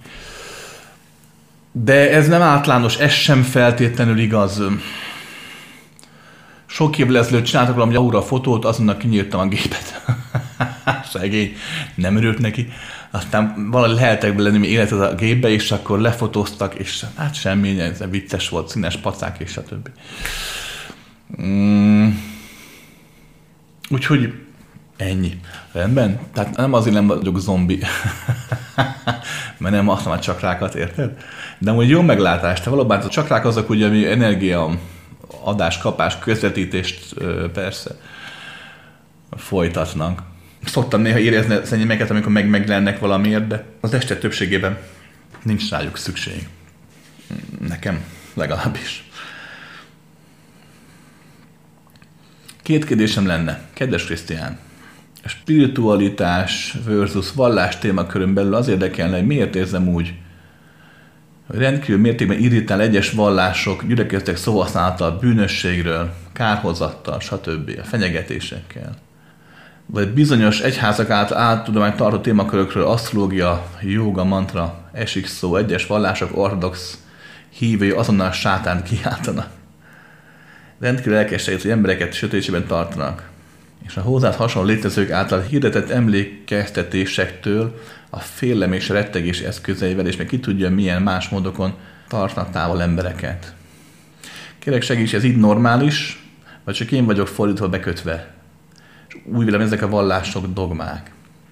A: De ez nem általános, ez sem feltétlenül igaz. Sok évvel ezelőtt csináltak valami aura fotót, azonnal kinyírtam a gépet. Szegény, nem örült neki. Aztán valahogy leheltek bele lenni életet a gépbe, és akkor lefotóztak, és hát semmi, ez vicces volt, színes pacák, és stb. Mm. Úgyhogy ennyi. Rendben? Tehát nem azért nem vagyok zombi, mert nem használom a csakrákat, érted? De amúgy jó meglátás, te valóban a csakrák azok ugye, ami energia adás, kapás, közvetítést persze folytatnak. Szoktam néha érezni az enyémeket, amikor meg megjelennek valamiért, de az este többségében nincs rájuk szükség. Nekem legalábbis. Két kérdésem lenne. Kedves Krisztián, a spiritualitás versus vallás témakörön belül az érdekelne, hogy miért érzem úgy, hogy rendkívül mértékben irritál egyes vallások, gyülekezetek szóhasználattal, bűnösségről, kárhozattal, stb. A fenyegetésekkel. Vagy bizonyos egyházak által áltudomány tartó témakörökről, asztrológia, jóga, mantra, esik szó, egyes vallások ortodox hívői azonnal sátánt kiáltanak. Rendkívül elkeserít, hogy embereket sötétségben tartanak. És a hozzád hasonló létezők által hirdetett emlékeztetésektől a félelem és a rettegés eszközeivel, és meg ki tudja milyen más módokon tartanak távol embereket. Kérlek segíts, ez így normális, vagy csak én vagyok fordítva bekötve? És úgy vélem, ezek a vallások dogmák.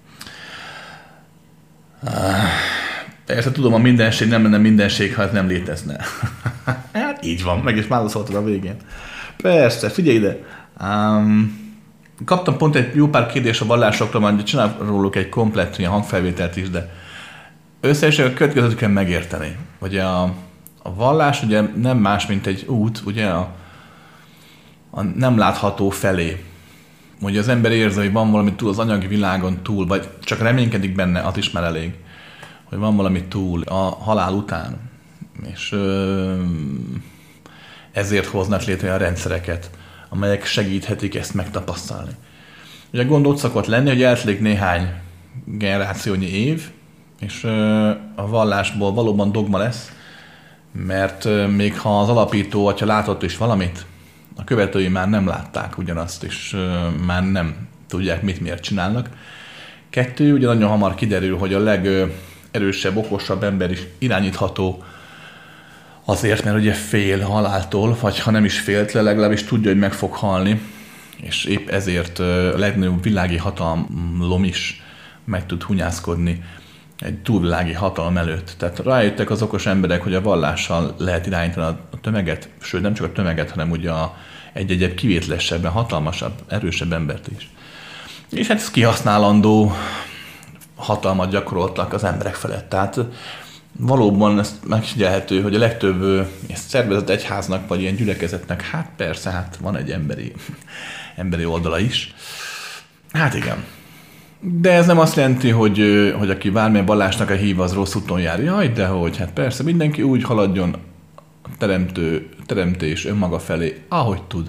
A: Persze tudom, a mindenség nem lenne mindenség, ha ez nem létezne. Hát így van, meg is válaszoltad a végén. Persze, figyelj ide! Um, kaptam pont egy jó pár kérdés a vallásokról, majd csinál róluk egy komplett ilyen hangfelvételt is, de összesen a következőt kell megérteni. Hogy a, a vallás ugye nem más, mint egy út, ugye a, a nem látható felé. Ugye az ember érzi, hogy van valami túl az anyagi világon túl, vagy csak reménykedik benne, az is már elég, hogy van valami túl a halál után. És ö, ezért hoznak létre a rendszereket, amelyek segíthetik ezt megtapasztalni. Ugye gond ott szokott lenni, hogy eltelik néhány generációnyi év, és ö, a vallásból valóban dogma lesz, mert ö, még ha az alapító atya látott is valamit, a követői már nem látták ugyanazt, és ö, már nem tudják, mit miért csinálnak. Kettő, ugye nagyon hamar kiderül, hogy a legerősebb, okosabb ember is irányítható azért, mert ugye fél haláltól, vagy ha nem is félt le, legalábbis tudja, hogy meg fog halni, és épp ezért a legnagyobb világi hatalom is meg tud hunyászkodni egy túlvilági hatalom előtt. Tehát rájöttek az okos emberek, hogy a vallással lehet irányítani a tömeget, sőt nem csak a tömeget, hanem ugye a egy-egyebb kivételesebben, hatalmasabb, erősebb embert is. És hát ez kihasználandó hatalmat gyakoroltak az emberek felett. Tehát valóban ez megfigyelhető, hogy a legtöbb szervezett egyháznak, vagy ilyen gyülekezetnek, hát persze, hát van egy emberi, emberi oldala is. Hát igen. De ez nem azt jelenti, hogy, hogy aki bármilyen vallásnak a hív, az rossz úton jár. Jaj, dehogy, hát persze, mindenki úgy haladjon a teremtő, teremtés önmaga felé, ahogy tud.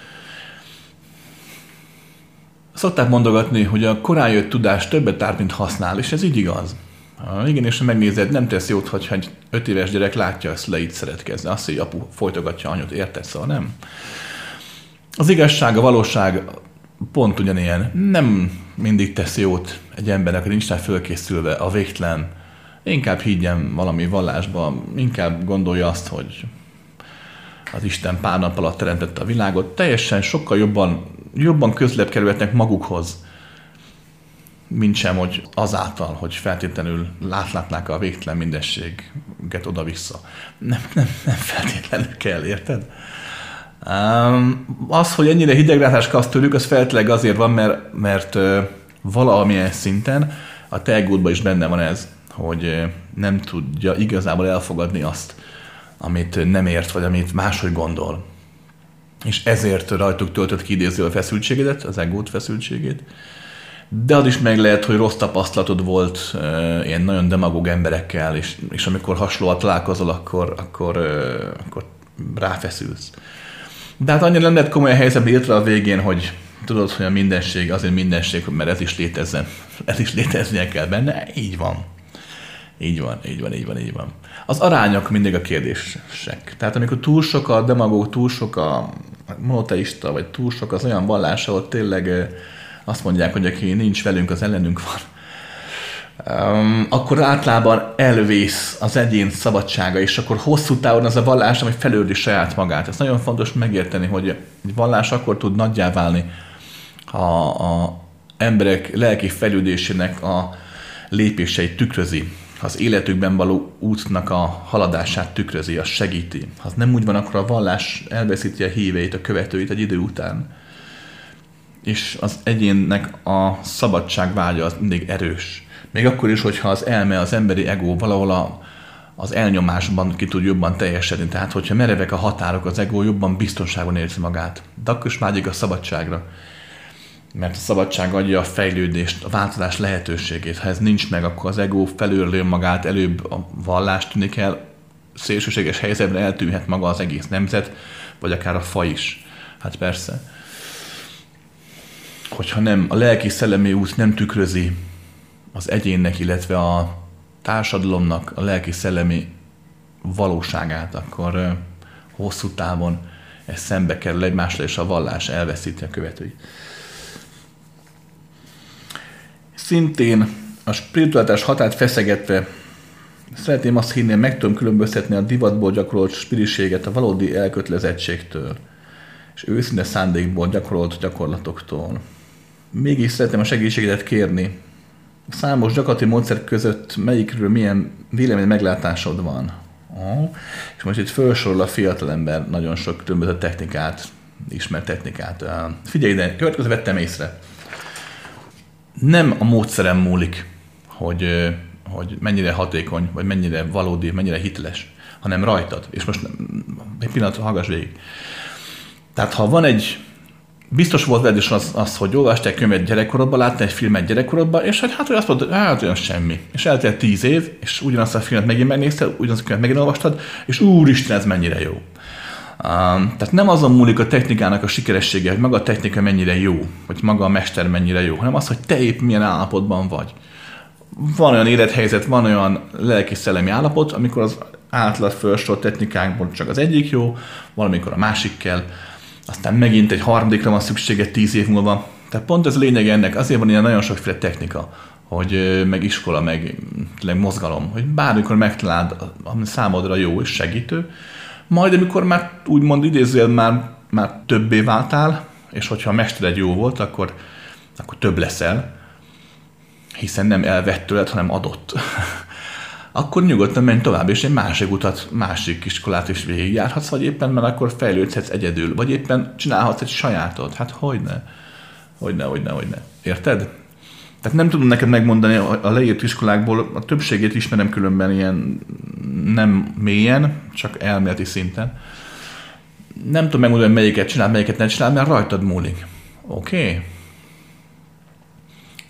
A: Szokták mondogatni, hogy a korán jött tudás többet árt, mint használ, és ez így igaz. Ha igen, és megnézed, nem tesz jót, hogyha egy öt éves gyerek látja, ezt le így szeretkezni. Azt, hogy apu folytogatja anyut, érted? Szóval nem. Az igazság, a valóság pont ugyanilyen. Nem mindig tesz jót egy embernek, hogy nincs rá fölkészülve a végtelen. Inkább higgyen valami vallásba, inkább gondolja azt, hogy az Isten pár nap alatt teremtette a világot. Teljesen sokkal jobban, jobban közelebb kerülhetnek magukhoz, mint sem, hogy azáltal, hogy feltétlenül látlátnák a végtelen mindességet oda-vissza. Nem, nem, nem feltétlenül kell, érted? Um, az, hogy ennyire hidegrátás kapsz tőlük, az feltétlenül azért van, mert, mert uh, valamilyen szinten a te egódban is benne van ez, hogy uh, nem tudja igazából elfogadni azt, amit nem ért, vagy amit máshogy gondol. És ezért rajtuk töltött ki idéző a feszültségedet, az egót feszültségét. De az is meg lehet, hogy rossz tapasztalatod volt uh, ilyen nagyon demagóg emberekkel, és, és amikor hasonlóan találkozol, akkor, akkor, uh, akkor ráfeszülsz. De hát annyira nem lehet komoly a helyzetbe írtva a végén, hogy tudod, hogy a mindenség azért mindenség, mert ez is létezzen. Ez is léteznie kell benne. Így van. Így van, így van, így van, így van. Az arányok mindig a kérdések. Tehát amikor túl sok a demagóg, túl sok a monoteista, vagy túl sok az olyan vallás, ahol tényleg azt mondják, hogy aki nincs velünk, az ellenünk van, Um, akkor általában elvész az egyén szabadsága, és akkor hosszú távon az a vallás, ami felőrli saját magát. Ez nagyon fontos megérteni, hogy egy vallás akkor tud nagyjá válni, ha az emberek lelki fejlődésének a lépéseit tükrözi, ha az életükben való útnak a haladását tükrözi, azt segíti. Ha az nem úgy van, akkor a vallás elveszíti a híveit, a követőit egy idő után. És az egyénnek a szabadságvágya az mindig erős. Még akkor is, hogyha az elme, az emberi ego valahol a, az elnyomásban ki tud jobban teljesedni. Tehát, hogyha merevek a határok, az ego jobban biztonságban érzi magát. De akkor is vágyik a szabadságra. Mert a szabadság adja a fejlődést, a változás lehetőségét. Ha ez nincs meg, akkor az ego felőrlő magát, előbb a vallást tűnik el, szélsőséges helyzetben eltűnhet maga az egész nemzet, vagy akár a faj is. Hát persze. Hogyha nem, a lelki-szellemi út nem tükrözi az egyénnek, illetve a társadalomnak a lelki-szellemi valóságát, akkor uh, hosszú távon ez szembe kerül egymással, és a vallás elveszíti a követőit. Szintén a spiritualitás határt feszegetve szeretném azt hinni, meg tudom különböztetni a divatból gyakorolt spiriséget a valódi elkötelezettségtől, és őszinte szándékból gyakorolt gyakorlatoktól. Mégis szeretném a segítségedet kérni. A számos gyakorlati módszer között melyikről milyen vélemény meglátásod van? Oh. És most itt felsorol a fiatalember nagyon sok különböző technikát, ismert technikát. Figyelj ide, következő vettem észre. Nem a módszerem múlik, hogy, hogy mennyire hatékony, vagy mennyire valódi, mennyire hiteles, hanem rajtad. És most egy pillanatra hallgass végig. Tehát ha van egy biztos volt veled is az, az, hogy olvastál egy könyvet gyerekkorodban, láttál egy filmet gyerekkorodban, és hogy hát, hogy azt mondod, hát olyan semmi. És eltelt tíz év, és ugyanazt a filmet megint megnézted, ugyanazt a könyvet megint olvastad, és úristen, ez mennyire jó. Um, tehát nem azon múlik a technikának a sikeressége, hogy maga a technika mennyire jó, vagy maga a mester mennyire jó, hanem az, hogy te épp milyen állapotban vagy. Van olyan élethelyzet, van olyan lelki-szellemi állapot, amikor az általad felsorolt technikákból csak az egyik jó, valamikor a másik kell, aztán megint egy harmadikra van szüksége tíz év múlva. Tehát pont ez a lényeg ennek, azért van ilyen nagyon sokféle technika, hogy meg iskola, meg, meg mozgalom, hogy bármikor megtaláld, ami számodra jó és segítő, majd amikor már úgymond idézőjel már, már többé váltál, és hogyha a mestered jó volt, akkor, akkor több leszel, hiszen nem elvett tőled, hanem adott. Akkor nyugodtan menj tovább, és egy másik utat, másik iskolát is végigjárhatsz, vagy éppen mert akkor fejlődhetsz egyedül, vagy éppen csinálhatsz egy sajátot. Hát hogyne, hogyne, hogyne, hogyne. Érted? Tehát nem tudom neked megmondani a leírt iskolákból, a többségét ismerem különben ilyen nem mélyen, csak elméleti szinten. Nem tudom megmondani, melyiket csinál, melyiket ne csinál, mert rajtad múlik. Oké? Okay?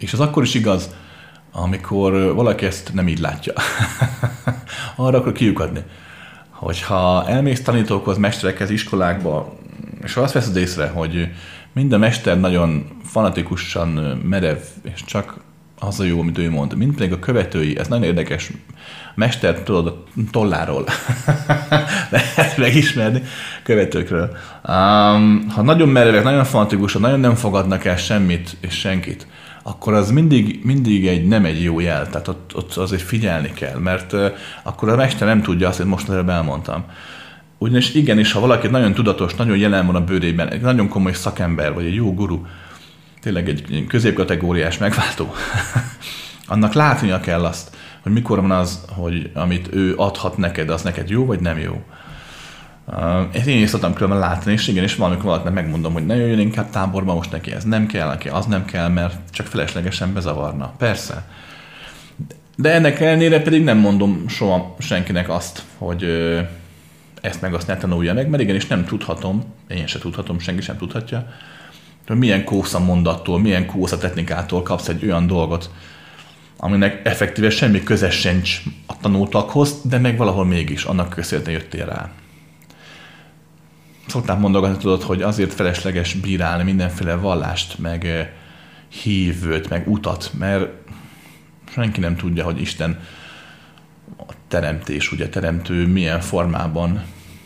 A: És az akkor is igaz, amikor valaki ezt nem így látja. Arra akkor kiukadni, hogyha elmész tanítókhoz, mesterekhez, iskolákba, és azt veszed észre, hogy minden mester nagyon fanatikusan merev, és csak az a jó, amit ő mond. Mind pedig a követői, ez nagyon érdekes. Mester, tudod, a tolláról lehet megismerni követőkről. Um, ha nagyon merevek, nagyon fanatikusan, nagyon nem fogadnak el semmit és senkit, akkor az mindig, mindig egy, nem egy jó jel. Tehát ott, ott azért figyelni kell, mert uh, akkor a mester nem tudja azt, amit most előbb elmondtam. Ugyanis igenis, ha valaki nagyon tudatos, nagyon jelen van a bőrében, egy nagyon komoly szakember, vagy egy jó guru, tényleg egy középkategóriás megváltó, annak látnia kell azt, hogy mikor van az, hogy amit ő adhat neked, az neked jó, vagy nem jó. Uh, én is szoktam különben látni, és igen, és valamikor valakinek megmondom, hogy ne jöjjön inkább táborba, most neki ez nem kell, neki az nem kell, mert csak feleslegesen bezavarna. Persze. De ennek ellenére pedig nem mondom soha senkinek azt, hogy uh, ezt meg azt ne tanulja meg, mert igenis nem tudhatom, én se tudhatom, senki sem tudhatja, hogy milyen kósza mondattól, milyen kósza technikától kapsz egy olyan dolgot, aminek effektíve semmi köze sincs a tanultakhoz, de meg valahol mégis annak köszönhetően jöttél rá. Szokták mondogatni, tudod, hogy azért felesleges bírálni mindenféle vallást, meg hívőt, meg utat, mert senki nem tudja, hogy Isten a teremtés, ugye teremtő milyen formában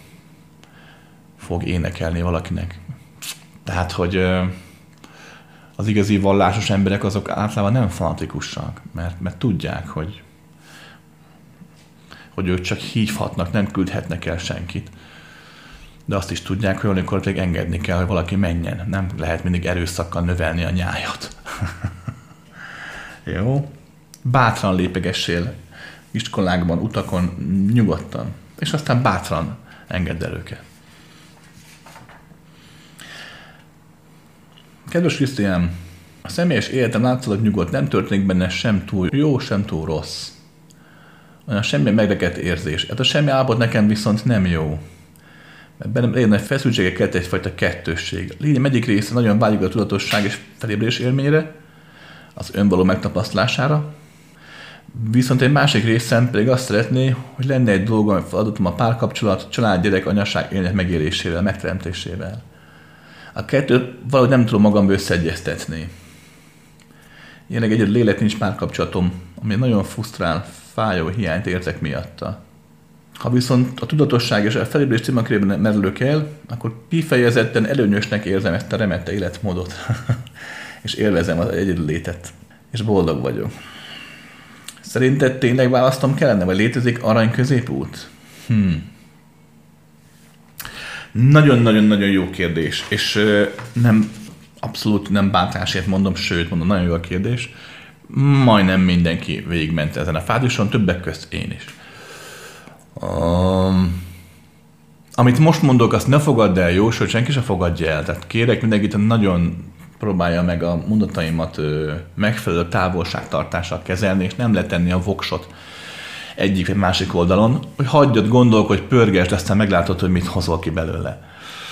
A: fog énekelni valakinek. Tehát, hogy az igazi vallásos emberek azok általában nem fanatikusak, mert, mert tudják, hogy, hogy ők csak hívhatnak, nem küldhetnek el senkit. De azt is tudják, hogy olyankor pedig engedni kell, hogy valaki menjen. Nem lehet mindig erőszakkal növelni a nyájat. Jó? Bátran lépegessél iskolákban, utakon, nyugodtan. És aztán bátran engedd el őket. Kedves Krisztián, a személyes életem látszólag nyugodt, nem történik benne sem túl jó, sem túl rossz. Olyan semmi megrekedt érzés. Hát a semmi állapot nekem viszont nem jó. Mert bennem elég nagy feszültségeket egyfajta kettősség. Lényem egyik része nagyon vágyik a tudatosság és felébrés élményre, az önvaló megtapasztalására. Viszont egy másik részem pedig azt szeretné, hogy lenne egy dolgom, feladatom a párkapcsolat, család, gyerek, anyaság élnek megélésével, megteremtésével. A kettőt valahogy nem tudom magam összeegyeztetni. Jelenleg egyedül lélek nincs párkapcsolatom, ami nagyon frusztrál, fájó, hiányt érzek miatta. Ha viszont a tudatosság és a felébrés címakörében merülök el, akkor kifejezetten előnyösnek érzem ezt a remete életmódot. És élvezem az egyedül létet. És boldog vagyok. Szerinted tényleg választom kellene, vagy létezik arany középút? Hmm. Nagyon-nagyon-nagyon jó kérdés, és uh, nem, abszolút nem bántásért mondom, sőt, mondom, nagyon jó a kérdés. Majdnem mindenki végigment ezen a fázison, többek közt én is. Um, amit most mondok, azt ne fogadd el, jó, sőt, senki se fogadja el. Tehát kérek mindenkit, nagyon próbálja meg a mondataimat uh, megfelelő távolságtartással kezelni, és nem letenni a voksot egyik vagy másik oldalon, hogy hagyjad, gondolkodj, pörgesd, aztán meglátod, hogy mit hozol ki belőle.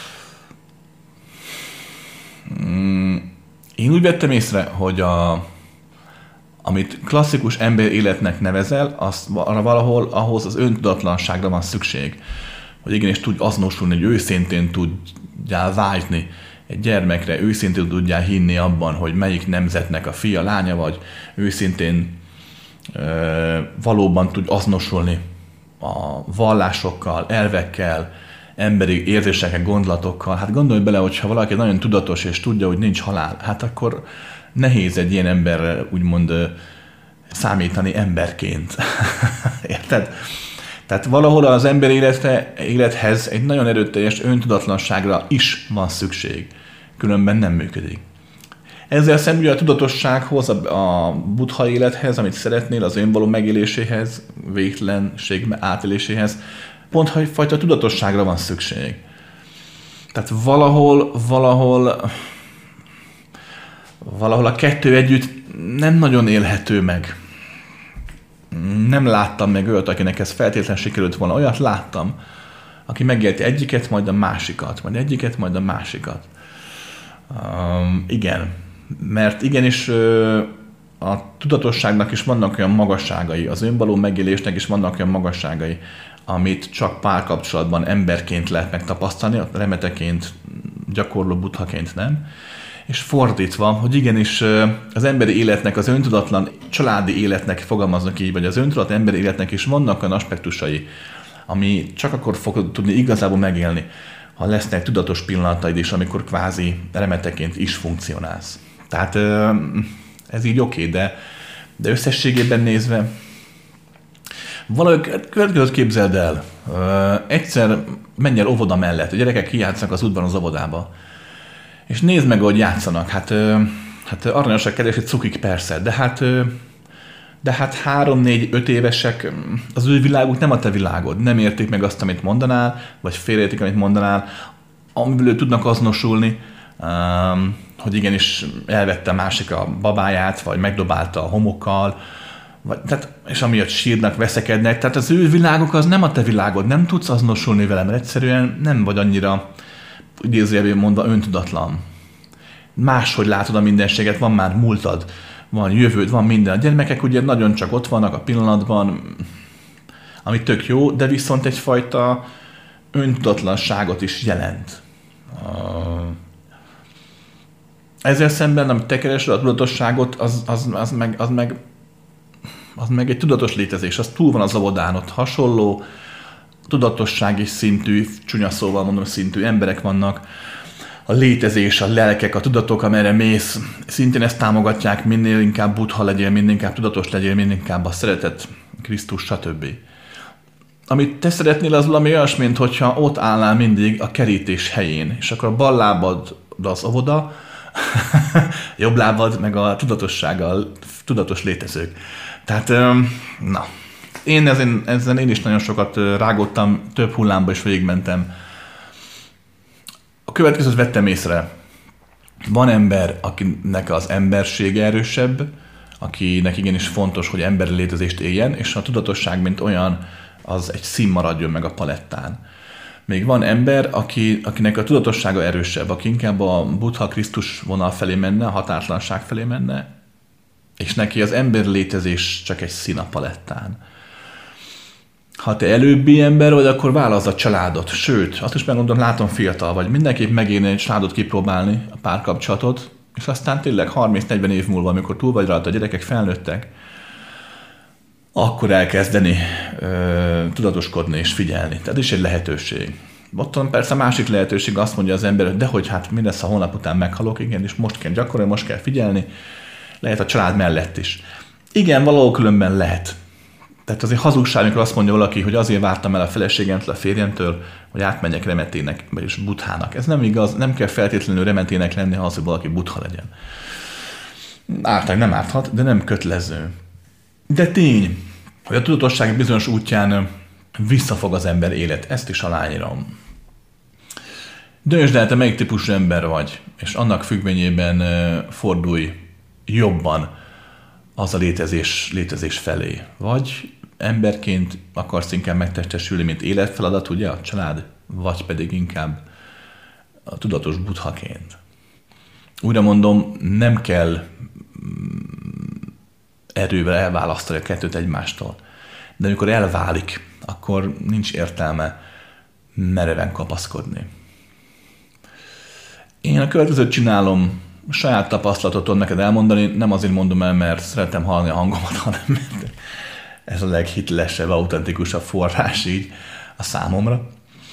A: Én úgy vettem észre, hogy a, amit klasszikus ember életnek nevezel, az arra valahol ahhoz az öntudatlanságra van szükség. Hogy igenis tudj azonosulni, hogy őszintén tudjál vágyni egy gyermekre, őszintén tudjál hinni abban, hogy melyik nemzetnek a fia, lánya vagy, őszintén valóban tudj azonosulni a vallásokkal, elvekkel, emberi érzésekkel, gondolatokkal. Hát gondolj bele, hogyha valaki nagyon tudatos és tudja, hogy nincs halál, hát akkor nehéz egy ilyen emberre úgymond számítani emberként. Érted? Tehát valahol az ember élete, élethez egy nagyon erőteljes öntudatlanságra is van szükség. Különben nem működik. Ezzel szemben a tudatossághoz, a, a buddha élethez, amit szeretnél, az önvaló megéléséhez, végtelenség átéléséhez, pont egyfajta tudatosságra van szükség. Tehát valahol, valahol, valahol a kettő együtt nem nagyon élhető meg. Nem láttam meg olyat, akinek ez feltétlenül sikerült volna. Olyat láttam, aki megélte egyiket, majd a másikat, majd egyiket, majd a másikat. Um, igen. Mert igenis a tudatosságnak is vannak olyan magasságai, az önvaló megélésnek is vannak olyan magasságai, amit csak párkapcsolatban emberként lehet megtapasztalni, remeteként, gyakorló buddhaként nem. És fordítva, hogy igenis az emberi életnek, az öntudatlan családi életnek, fogalmaznak így, vagy az öntudatlan emberi életnek is vannak olyan aspektusai, ami csak akkor fog tudni igazából megélni, ha lesznek tudatos pillanataid is, amikor kvázi remeteként is funkcionálsz. Tehát ez így oké, de, de összességében nézve valahogy következőt képzeld el. Egyszer menj el óvoda mellett, a gyerekek kijátszanak az útban az óvodába, és nézd meg, hogy játszanak. Hát, hát aranyosak, kedvesek, cukik persze, de hát, de hát három, négy, öt évesek, az ő világuk nem a te világod. Nem értik meg azt, amit mondanál, vagy félreértik, amit mondanál, amiből ő tudnak azonosulni, hogy igenis elvette a másik a babáját, vagy megdobálta a homokkal, vagy, tehát, és amiatt sírnak, veszekednek. Tehát az ő világuk az nem a te világod, nem tudsz azonosulni vele, mert egyszerűen nem vagy annyira, idézőjelben mondva, öntudatlan. Máshogy látod a mindenséget, van már múltad, van jövőd, van minden. A gyermekek ugye nagyon csak ott vannak a pillanatban, ami tök jó, de viszont egyfajta öntudatlanságot is jelent. Ezzel szemben, amit te keresel, a tudatosságot, az, az, az, meg, az, meg, az meg egy tudatos létezés, az túl van az óvodán, ott hasonló tudatossági szintű, csúnya szóval mondom szintű emberek vannak, a létezés, a lelkek, a tudatok, amerre mész, szintén ezt támogatják, minél inkább buddha legyél, minél inkább tudatos legyél, minél inkább a szeretet, Krisztus, stb. Amit te szeretnél, az valami olyas, mint hogyha ott állnál mindig a kerítés helyén, és akkor a bal lábad az óvoda, jobb lábad meg a tudatossággal, tudatos létezők. Tehát, na, én ezen, ezen én is nagyon sokat rágódtam, több hullámba is végigmentem. A következőt vettem észre. Van ember, akinek az embersége erősebb, akinek igenis fontos, hogy emberi létezést éljen, és a tudatosság, mint olyan, az egy szín maradjon meg a palettán. Még van ember, aki, akinek a tudatossága erősebb, aki inkább a Buddha Krisztus vonal felé menne, a határtlanság felé menne, és neki az emberi létezés csak egy szín a palettán. Ha te előbbi ember vagy, akkor válaszd a családot. Sőt, azt is megmondom, látom, fiatal vagy. Mindenképp megérni egy családot kipróbálni, a párkapcsolatot, és aztán tényleg harminc-negyven év múlva, amikor túl vagy rajta, a gyerekek felnőttek, akkor elkezdeni ö, tudatoskodni és figyelni. Tehát is egy lehetőség. Otthon persze a másik lehetőség azt mondja az ember, hogy dehogy hát mi lesz, ha holnap után meghalok, igen, és most kell gyakorolni, most kell figyelni. Lehet a család mellett is. Igen, valahol különben lehet. Tehát azért hazugság, amikor azt mondja valaki, hogy azért vártam el a feleségemtől, a férjemtől, hogy átmenjek remetének, vagyis buddhának. Ez nem igaz, nem kell feltétlenül remetének lenni, ha az, hogy valaki buddha legyen. Ártag nem árthat, de nem kötelező. De tény, hogy a tudatosság bizonyos útján visszafog az ember élet. Ezt is aláírom. Döntsd el, te melyik típusú ember vagy, és annak függvényében fordulj jobban az a létezés, létezés felé. Vagy emberként akarsz inkább megtestesülni, mint életfeladat, ugye, a család, vagy pedig inkább a tudatos buddhaként. Újra mondom, nem kell erővel elválasztani a kettőt egymástól. De amikor elválik, akkor nincs értelme mereven kapaszkodni. Én a következőt csinálom, saját tapasztalatot tudom neked elmondani, nem azért mondom el, mert szeretem hallani a hangomat, hanem mert ez a leghitelesebb, autentikusabb forrás így a számomra.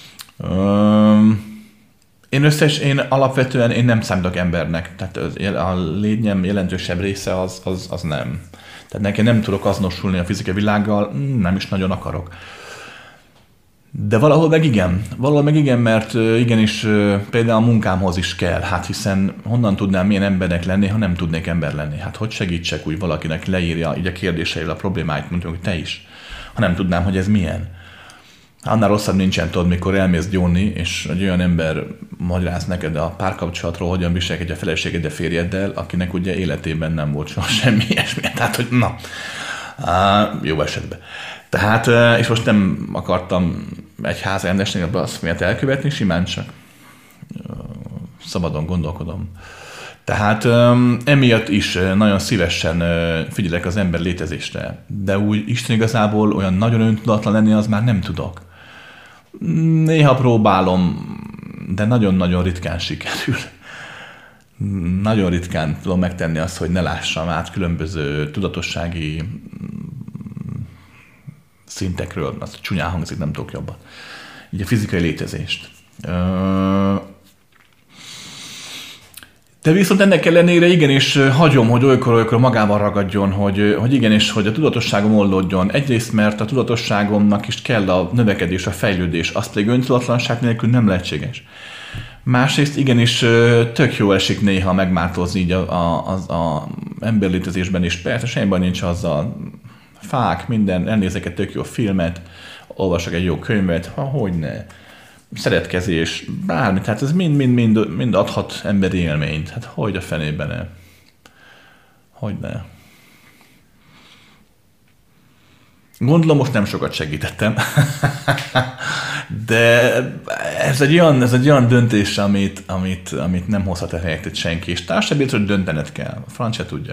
A: Én összes, én alapvetően én nem számítok embernek, tehát a lényem jelentősebb része az, az, az nem. Tehát nekem nem tudok azonosulni a fizikai világgal, nem is nagyon akarok. De valahol meg igen. Valahol meg igen, mert igenis például a munkámhoz is kell. Hát hiszen honnan tudnám milyen embernek lenni, ha nem tudnék ember lenni? Hát hogy segítsek úgy valakinek leírja így a kérdéseivel a problémáit, mint hogy te is, ha nem tudnám, hogy ez milyen. Annál rosszabb nincsen, tudod, mikor elmész gyónni, és egy olyan ember magyaráz neked a párkapcsolatról, hogyan viselkedj a feleséged, a férjeddel, akinek ugye életében nem volt soha semmi ilyesmi. Tehát, hogy na, á, jó esetben. Tehát, és most nem akartam egy házrendesnél azt miatt elkövetni, simán csak szabadon gondolkodom. Tehát um, emiatt is nagyon szívesen uh, figyelek az ember létezésre, de úgy Isten igazából olyan nagyon öntudatlan lenni, az már nem tudok. Néha próbálom, de nagyon-nagyon ritkán sikerül. Nagyon ritkán tudom megtenni azt, hogy ne lássam át különböző tudatossági szintekről, az csúnyán hangzik, nem tudok jobban. Így a fizikai létezést. De viszont ennek ellenére igenis hagyom, hogy olykor-olykor magában ragadjon, hogy, hogy igenis, hogy a tudatosságom oldódjon. Egyrészt, mert a tudatosságomnak is kell a növekedés, a fejlődés, az pedig öntudatlanság nélkül nem lehetséges. Másrészt igenis tök jó esik néha megmártózni így a, a, az a emberlétezésben is. Persze semmi baj nincs azzal. Fák, minden, elnézek egy tök jó filmet, olvasok egy jó könyvet, ha hogyne. Szeretkezés, bármi, tehát ez mind-mind mind adhat emberi élményt. Hát hogy a fenében ne? Hogyne? Gondolom, most nem sokat segítettem, de ez egy olyan, ez egy olyan döntés, amit, amit, amit nem hozhat el helyett senki, és társadalmi, hogy döntened kell. A franc se tudja.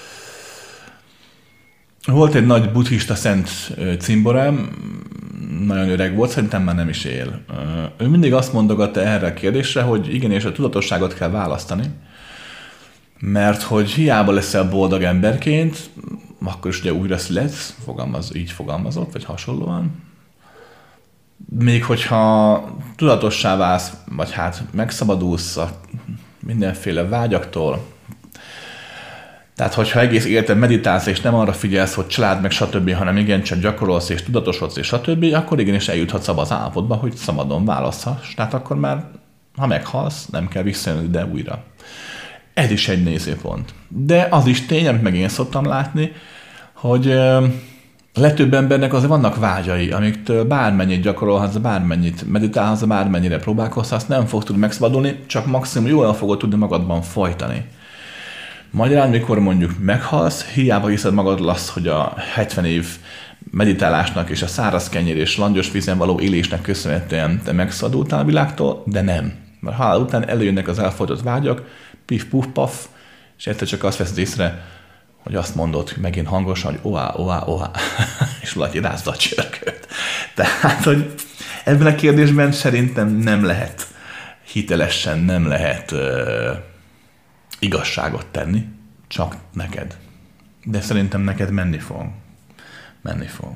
A: Volt egy nagy buddhista szent cimborám, nagyon öreg volt, szerintem már nem is él. Ő mindig azt mondogatta erre a kérdésre, hogy igenis a tudatosságot kell választani, mert hogy hiába leszel boldog emberként, akkor is ugye újra születsz, fogalmaz, így fogalmazott, vagy hasonlóan. Még hogyha tudatossá válsz, vagy hát megszabadulsz a mindenféle vágyaktól, tehát, hogyha egész életed meditálsz, és nem arra figyelsz, hogy család meg stb., hanem igencsak gyakorolsz, és tudatosodsz, és stb., akkor igenis eljuthatsz abba az állapotba, hogy szabadon választhass. Tehát akkor már, ha meghalsz, nem kell visszajönni ide újra. Ez is egy nézőpont. De az is tény, amit meg én szoktam látni, hogy a legtöbb embernek azért vannak vágyai, amiktől bármennyit gyakorolhatsz, bármennyit meditálhatsz, bármennyire próbálkozhatsz, nem fog tudni megszabadulni, csak maximum jól fogod tudni magadban folytani. Magyarán, mikor mondjuk meghalsz, hiába hiszed magadról azt, hogy a hetven év meditálásnak és a száraz kenyér és langyos vízen való élésnek köszönhetően te megszabadultál a világtól, de nem. Mert halál után előjönnek az elfolytott vágyak, pif, puf, paf, és egyszer csak azt veszed észre, hogy azt mondod megint hangosan, hogy oá, oá, oá, és valaki rázza a csörköt. Tehát, hogy ebben a kérdésben szerintem nem lehet hitelesen, nem lehet uh, igazságot tenni, csak neked. De szerintem neked menni fog. Menni fog.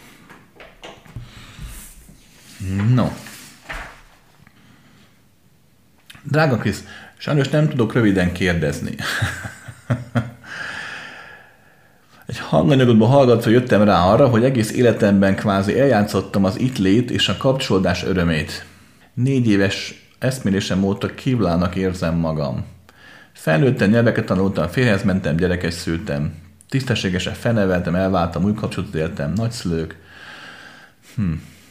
A: No. Drága Krisz, sajnos nem tudok röviden kérdezni. Egy hanganyagodban hallgatva jöttem rá arra, hogy egész életemben kvázi eljátszottam az itt lét és a kapcsolódás örömét. Négy éves eszmélésem óta kívülállnak érzem magam. Felnőttem, nyelveket tanultam, férjhez mentem, gyereket szültem. Tisztességesen felneveltem, elváltam, új kapcsolatot éltem, nagyszülők. Hm.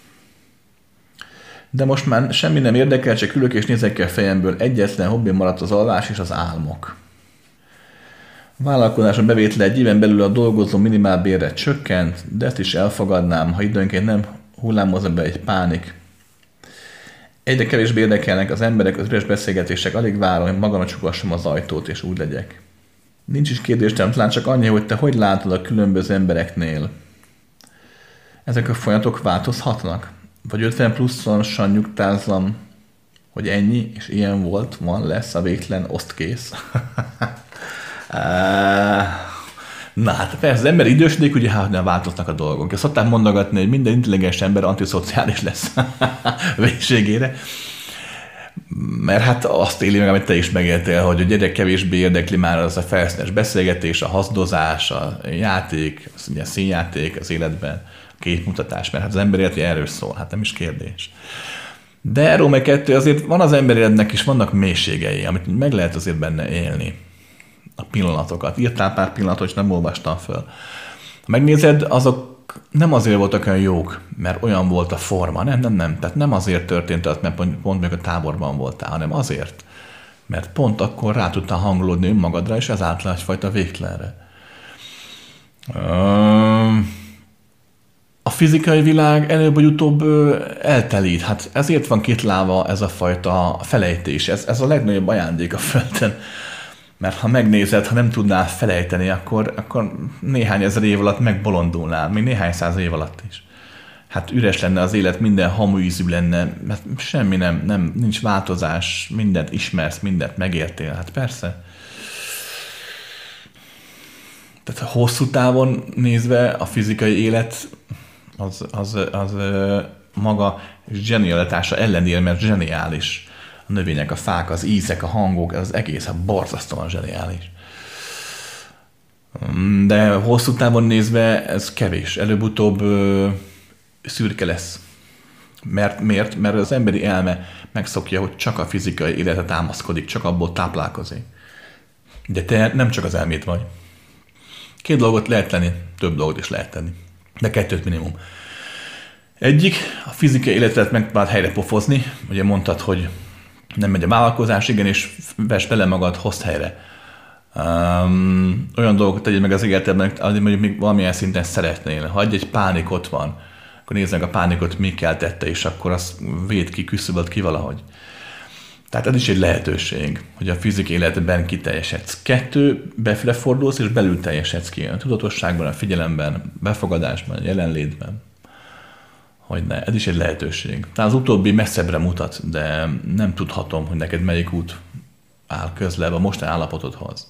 A: De most már semmi nem érdekel, csak ülök és nézek ki a fejemből. Egyetlen hobbim maradt az alvás és az álmok. A vállalkozásom bevétele egy éven belül a dolgozó minimálbérre csökkent, de ezt is elfogadnám, ha időnként nem hullámozza be egy pánik. Egyre kevésbé érdekelnek az emberek, az üres beszélgetések, alig várom, hogy magamra csukassam az ajtót, és úgy legyek. Nincs is kérdésem, talán csak annyi, hogy te hogy látod a különböző embereknél. Ezek a folyamatok változhatnak? Vagy ötven pluszosan nyugtázzam, hogy ennyi, és ilyen volt, van, lesz a végtelen osztkész. Na hát persze, az ember idősödik, ugye hát nem változnak a dolgok. Ezt szokták mondogatni, hogy minden intelligens ember antiszociális lesz végségére. Mert hát azt éli meg, amit te is megéltél, hogy a gyerek kevésbé érdekli már az a felszínes beszélgetés, a haszdozás, a játék, az ugye a színjáték az életben, a képmutatás, mert hát az ember élete erről szól, hát nem is kérdés. De erről meg kettő, azért van az ember életnek is, vannak mélységei, amit meg lehet azért benne élni. A pillanatokat. Írtál pár pillanatot, és nem olvastam föl. Ha megnézed, azok nem azért voltak olyan jók, mert olyan volt a forma. Nem, nem, nem. Tehát nem azért történt az, mert pont még a táborban voltál, hanem azért, mert pont akkor rá tudtál hangolódni önmagadra, és ezáltal egyfajta végtelenre. A fizikai világ előbb vagy utóbb eltelít. Hát ezért van kitlálva ez a fajta felejtés. Ez, ez a legnagyobb ajándék a Földön. Mert ha megnézed, ha nem tudnál felejteni, akkor, akkor néhány ezer év alatt megbolondulnál, még néhány száz év alatt is. Hát üres lenne az élet, minden hamuízű lenne, mert semmi nem, nem, nincs változás, mindent ismersz, mindent megértél. Hát persze. Tehát hosszú távon nézve a fizikai élet az, az, az, az maga zsenialitása ellenére, mert zseniális. A növények, a fák, az ízek, a hangok, az egész hát borzasztóan zseniális. De hosszú távon nézve ez kevés. Előbb-utóbb ö, szürke lesz. Mert, miért? Mert az emberi elme megszokja, hogy csak a fizikai életre támaszkodik, csak abból táplálkozik. De te nem csak az elmét vagy. Két dolgot lehet tenni, több dolgot is lehet tenni. De kettőt minimum. Egyik, a fizikai életet megpróbáld helyre pofozni. Ugye mondtad, hogy nem megy a vállalkozás, igen, és vess bele magad, hozd helyre. Um, olyan dolgokat tegyed meg az életedben, amit mondjuk még valamilyen szinten szeretnél. Ha egy pánik ott van, akkor nézd meg a pánikot, mi keltette, és akkor azt védd ki, küszöböld ki valahogy. Tehát ez is egy lehetőség, hogy a fizikai életben kiteljesedsz. Kettő, befele fordulsz, és belül teljesedsz ki. A tudatosságban, a figyelemben, befogadásban, jelenlétben. Hogyne, ez is egy lehetőség. Tehát az utóbbi messzebbre mutat, de nem tudhatom, hogy neked melyik út áll közelebb a mostani állapotodhoz.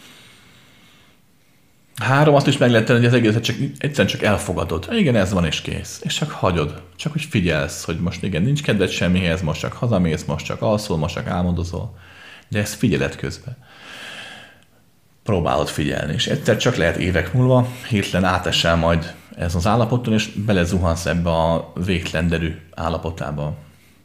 A: Három, azt is meg lehet tenni, hogy az egészet csak, egyszerűen csak elfogadod. Igen, ez van és kész. És csak hagyod. Csak hogy figyelsz, hogy most igen, nincs kedved semmihez, most csak hazamész, most csak alszol, most csak álmodozol. De ezt figyeled közben. Próbálod figyelni. És egyszer csak lehet évek múlva, hirtelen átesel majd ez az állapoton, és belezuhansz ebbe a végtelen derű állapotába.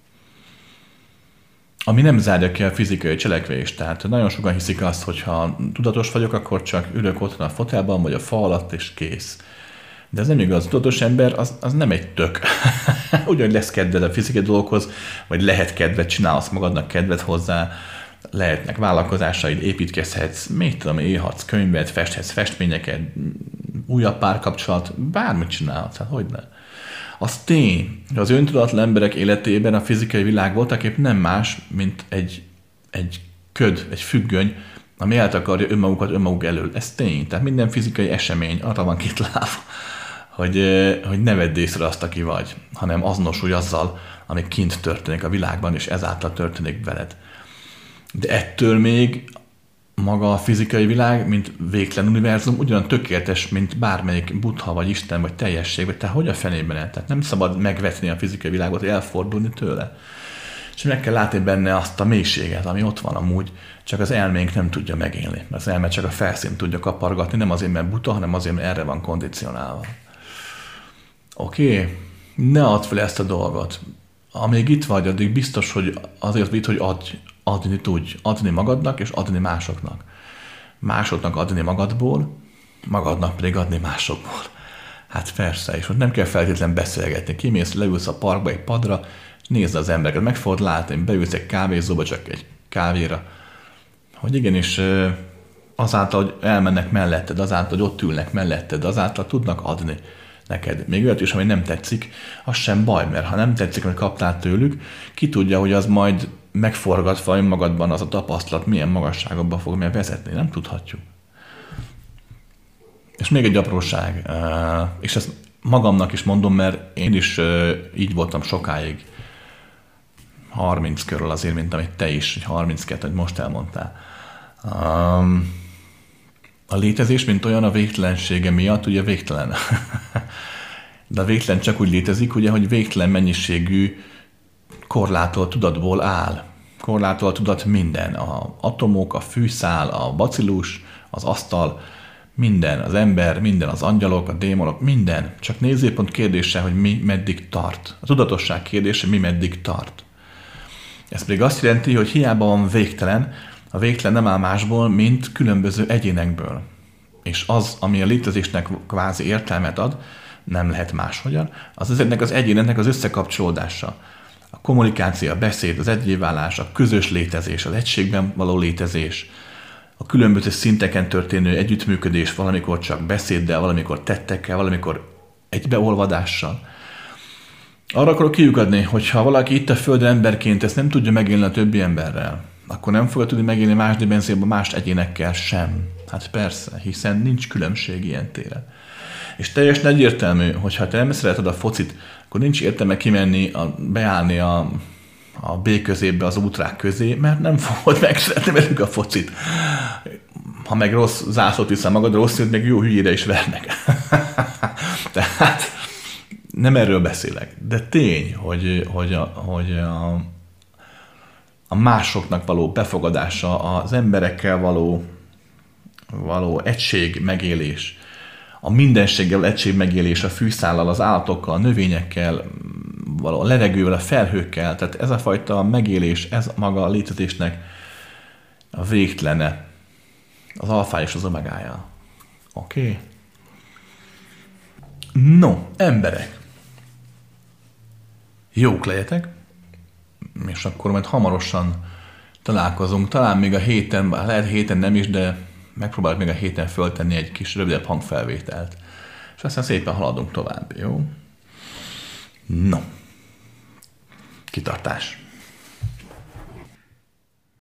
A: Ami nem zárja ki a fizikai cselekvést. Tehát nagyon sokan hiszik azt, hogy ha tudatos vagyok, akkor csak ülök otthon a fotelban, vagy a fa alatt, és kész. De ez nem igaz. A tudatos ember az, az nem egy tök. Ugyanúgy lesz kedved a fizikai dolgokhoz, vagy lehet kedved, csinálsz magadnak kedved hozzá, lehetnek vállalkozásaid, építkezhetsz, még tudom, írhatsz könyvet, festhetsz festményeket, újabb párkapcsolat, bármit csinálhatsz, hát hogyne. Az tény, hogy az öntudatlan emberek életében a fizikai világ voltaképp nem más, mint egy, egy köd, egy függöny, ami eltakarja önmagukat önmaguk elől. Ez tény. Tehát minden fizikai esemény arra van két láb, hogy, hogy ne vedd észre azt, aki vagy, hanem azonosulj azzal, ami kint történik a világban, és ezáltal történik veled. De ettől még maga a fizikai világ, mint végtelen univerzum, ugyan tökéletes, mint bármelyik Buddha, vagy Isten, vagy teljesség, vagy te hogy a fenében el? Tehát nem szabad megvetni a fizikai világot, elfordulni tőle. És meg kell látni benne azt a mélységet, ami ott van amúgy, csak az elménk nem tudja megélni. Az elme csak a felszínt tudja kapargatni, nem azért, mert buta, hanem azért, mert erre van kondicionálva. Oké? Okay? Ne add fel ezt a dolgot. Amíg itt vagy, addig biztos, hogy azért itt, hogy adj, adni tudj. Adni magadnak, és adni másoknak. Másoknak adni magadból, magadnak pedig adni másokból. Hát persze, és hogy nem kell feltétlenül beszélgetni. Kimész, leülsz a parkba egy padra, nézd az embereket, meg fogod látni, beülsz egy kávézóba, csak egy kávéra. Hogy igenis azáltal, hogy elmennek melletted, azáltal, hogy ott ülnek melletted, azáltal tudnak adni neked. Még olyat is, ami nem tetszik, az sem baj, mert ha nem tetszik, amit kaptál tőlük, ki tudja, hogy az majd megforgatva önmagadban az a tapasztalat milyen magasságokba fog meg vezetni. Nem tudhatjuk. És még egy apróság, és ezt magamnak is mondom, mert én is így voltam sokáig, harminc körül azért, mint amit te is, hogy harminckettő, hogy most elmondtál. A létezés, mint olyan a végtelensége miatt, ugye végtelen. De a végtelen csak úgy létezik, ugye, hogy végtelen mennyiségű korlátolt tudatból áll. Korlátolt tudat minden. A atomok, a fűszál, a bacillus, az asztal, minden, az ember, minden, az angyalok, a démonok, minden. Csak nézőpont kérdése, hogy mi meddig tart. A tudatosság kérdése, mi meddig tart. Ez pedig azt jelenti, hogy hiába van végtelen, a végtelen nem áll másból, mint különböző egyénekből. És az, ami a létezésnek kvázi értelmet ad, nem lehet máshogyan, az ezeknek az egyéneknek az összekapcsolódása. A kommunikáció, a beszéd, az egyéválás, a közös létezés, az egységben való létezés, a különböző szinteken történő együttműködés, valamikor csak beszéddel, valamikor tettekkel, valamikor egybeolvadással. Arra akarok kiukadni, hogyha valaki itt a földön emberként ezt nem tudja megélni a többi emberrel, akkor nem fogja tudni megélni más dimenzióban más egyénekkel sem. Hát persze, hiszen nincs különbség ilyen téren. És teljesen egyértelmű, hogy ha te nem szereted a focit, akkor nincs értelme kimenni, a, beállni a, a B középbe az útrák közé, mert nem fogod megszeretni velük a focit. Ha meg rossz zászlót viszel magad, rossz jött, meg jó hülyére is vernek. Tehát nem erről beszélek. De tény, hogy, hogy, a, hogy a, a másoknak való befogadása, az emberekkel való, való egység megélés, a mindenséggel egység megélés, a fűszállal, az állatokkal, a növényekkel, való a levegővel, a felhőkkel, tehát ez a fajta megélés, ez maga a létezésnek a végtelene, az alfája és az omegája. Oké? Okay. No, emberek, jók legyetek, és akkor majd hamarosan találkozunk, talán még a héten, lehet héten nem is, de megpróbálok még a héten föltenni egy kis rövidebb hangfelvételt. És aztán szépen haladunk tovább, jó? No. Kitartás.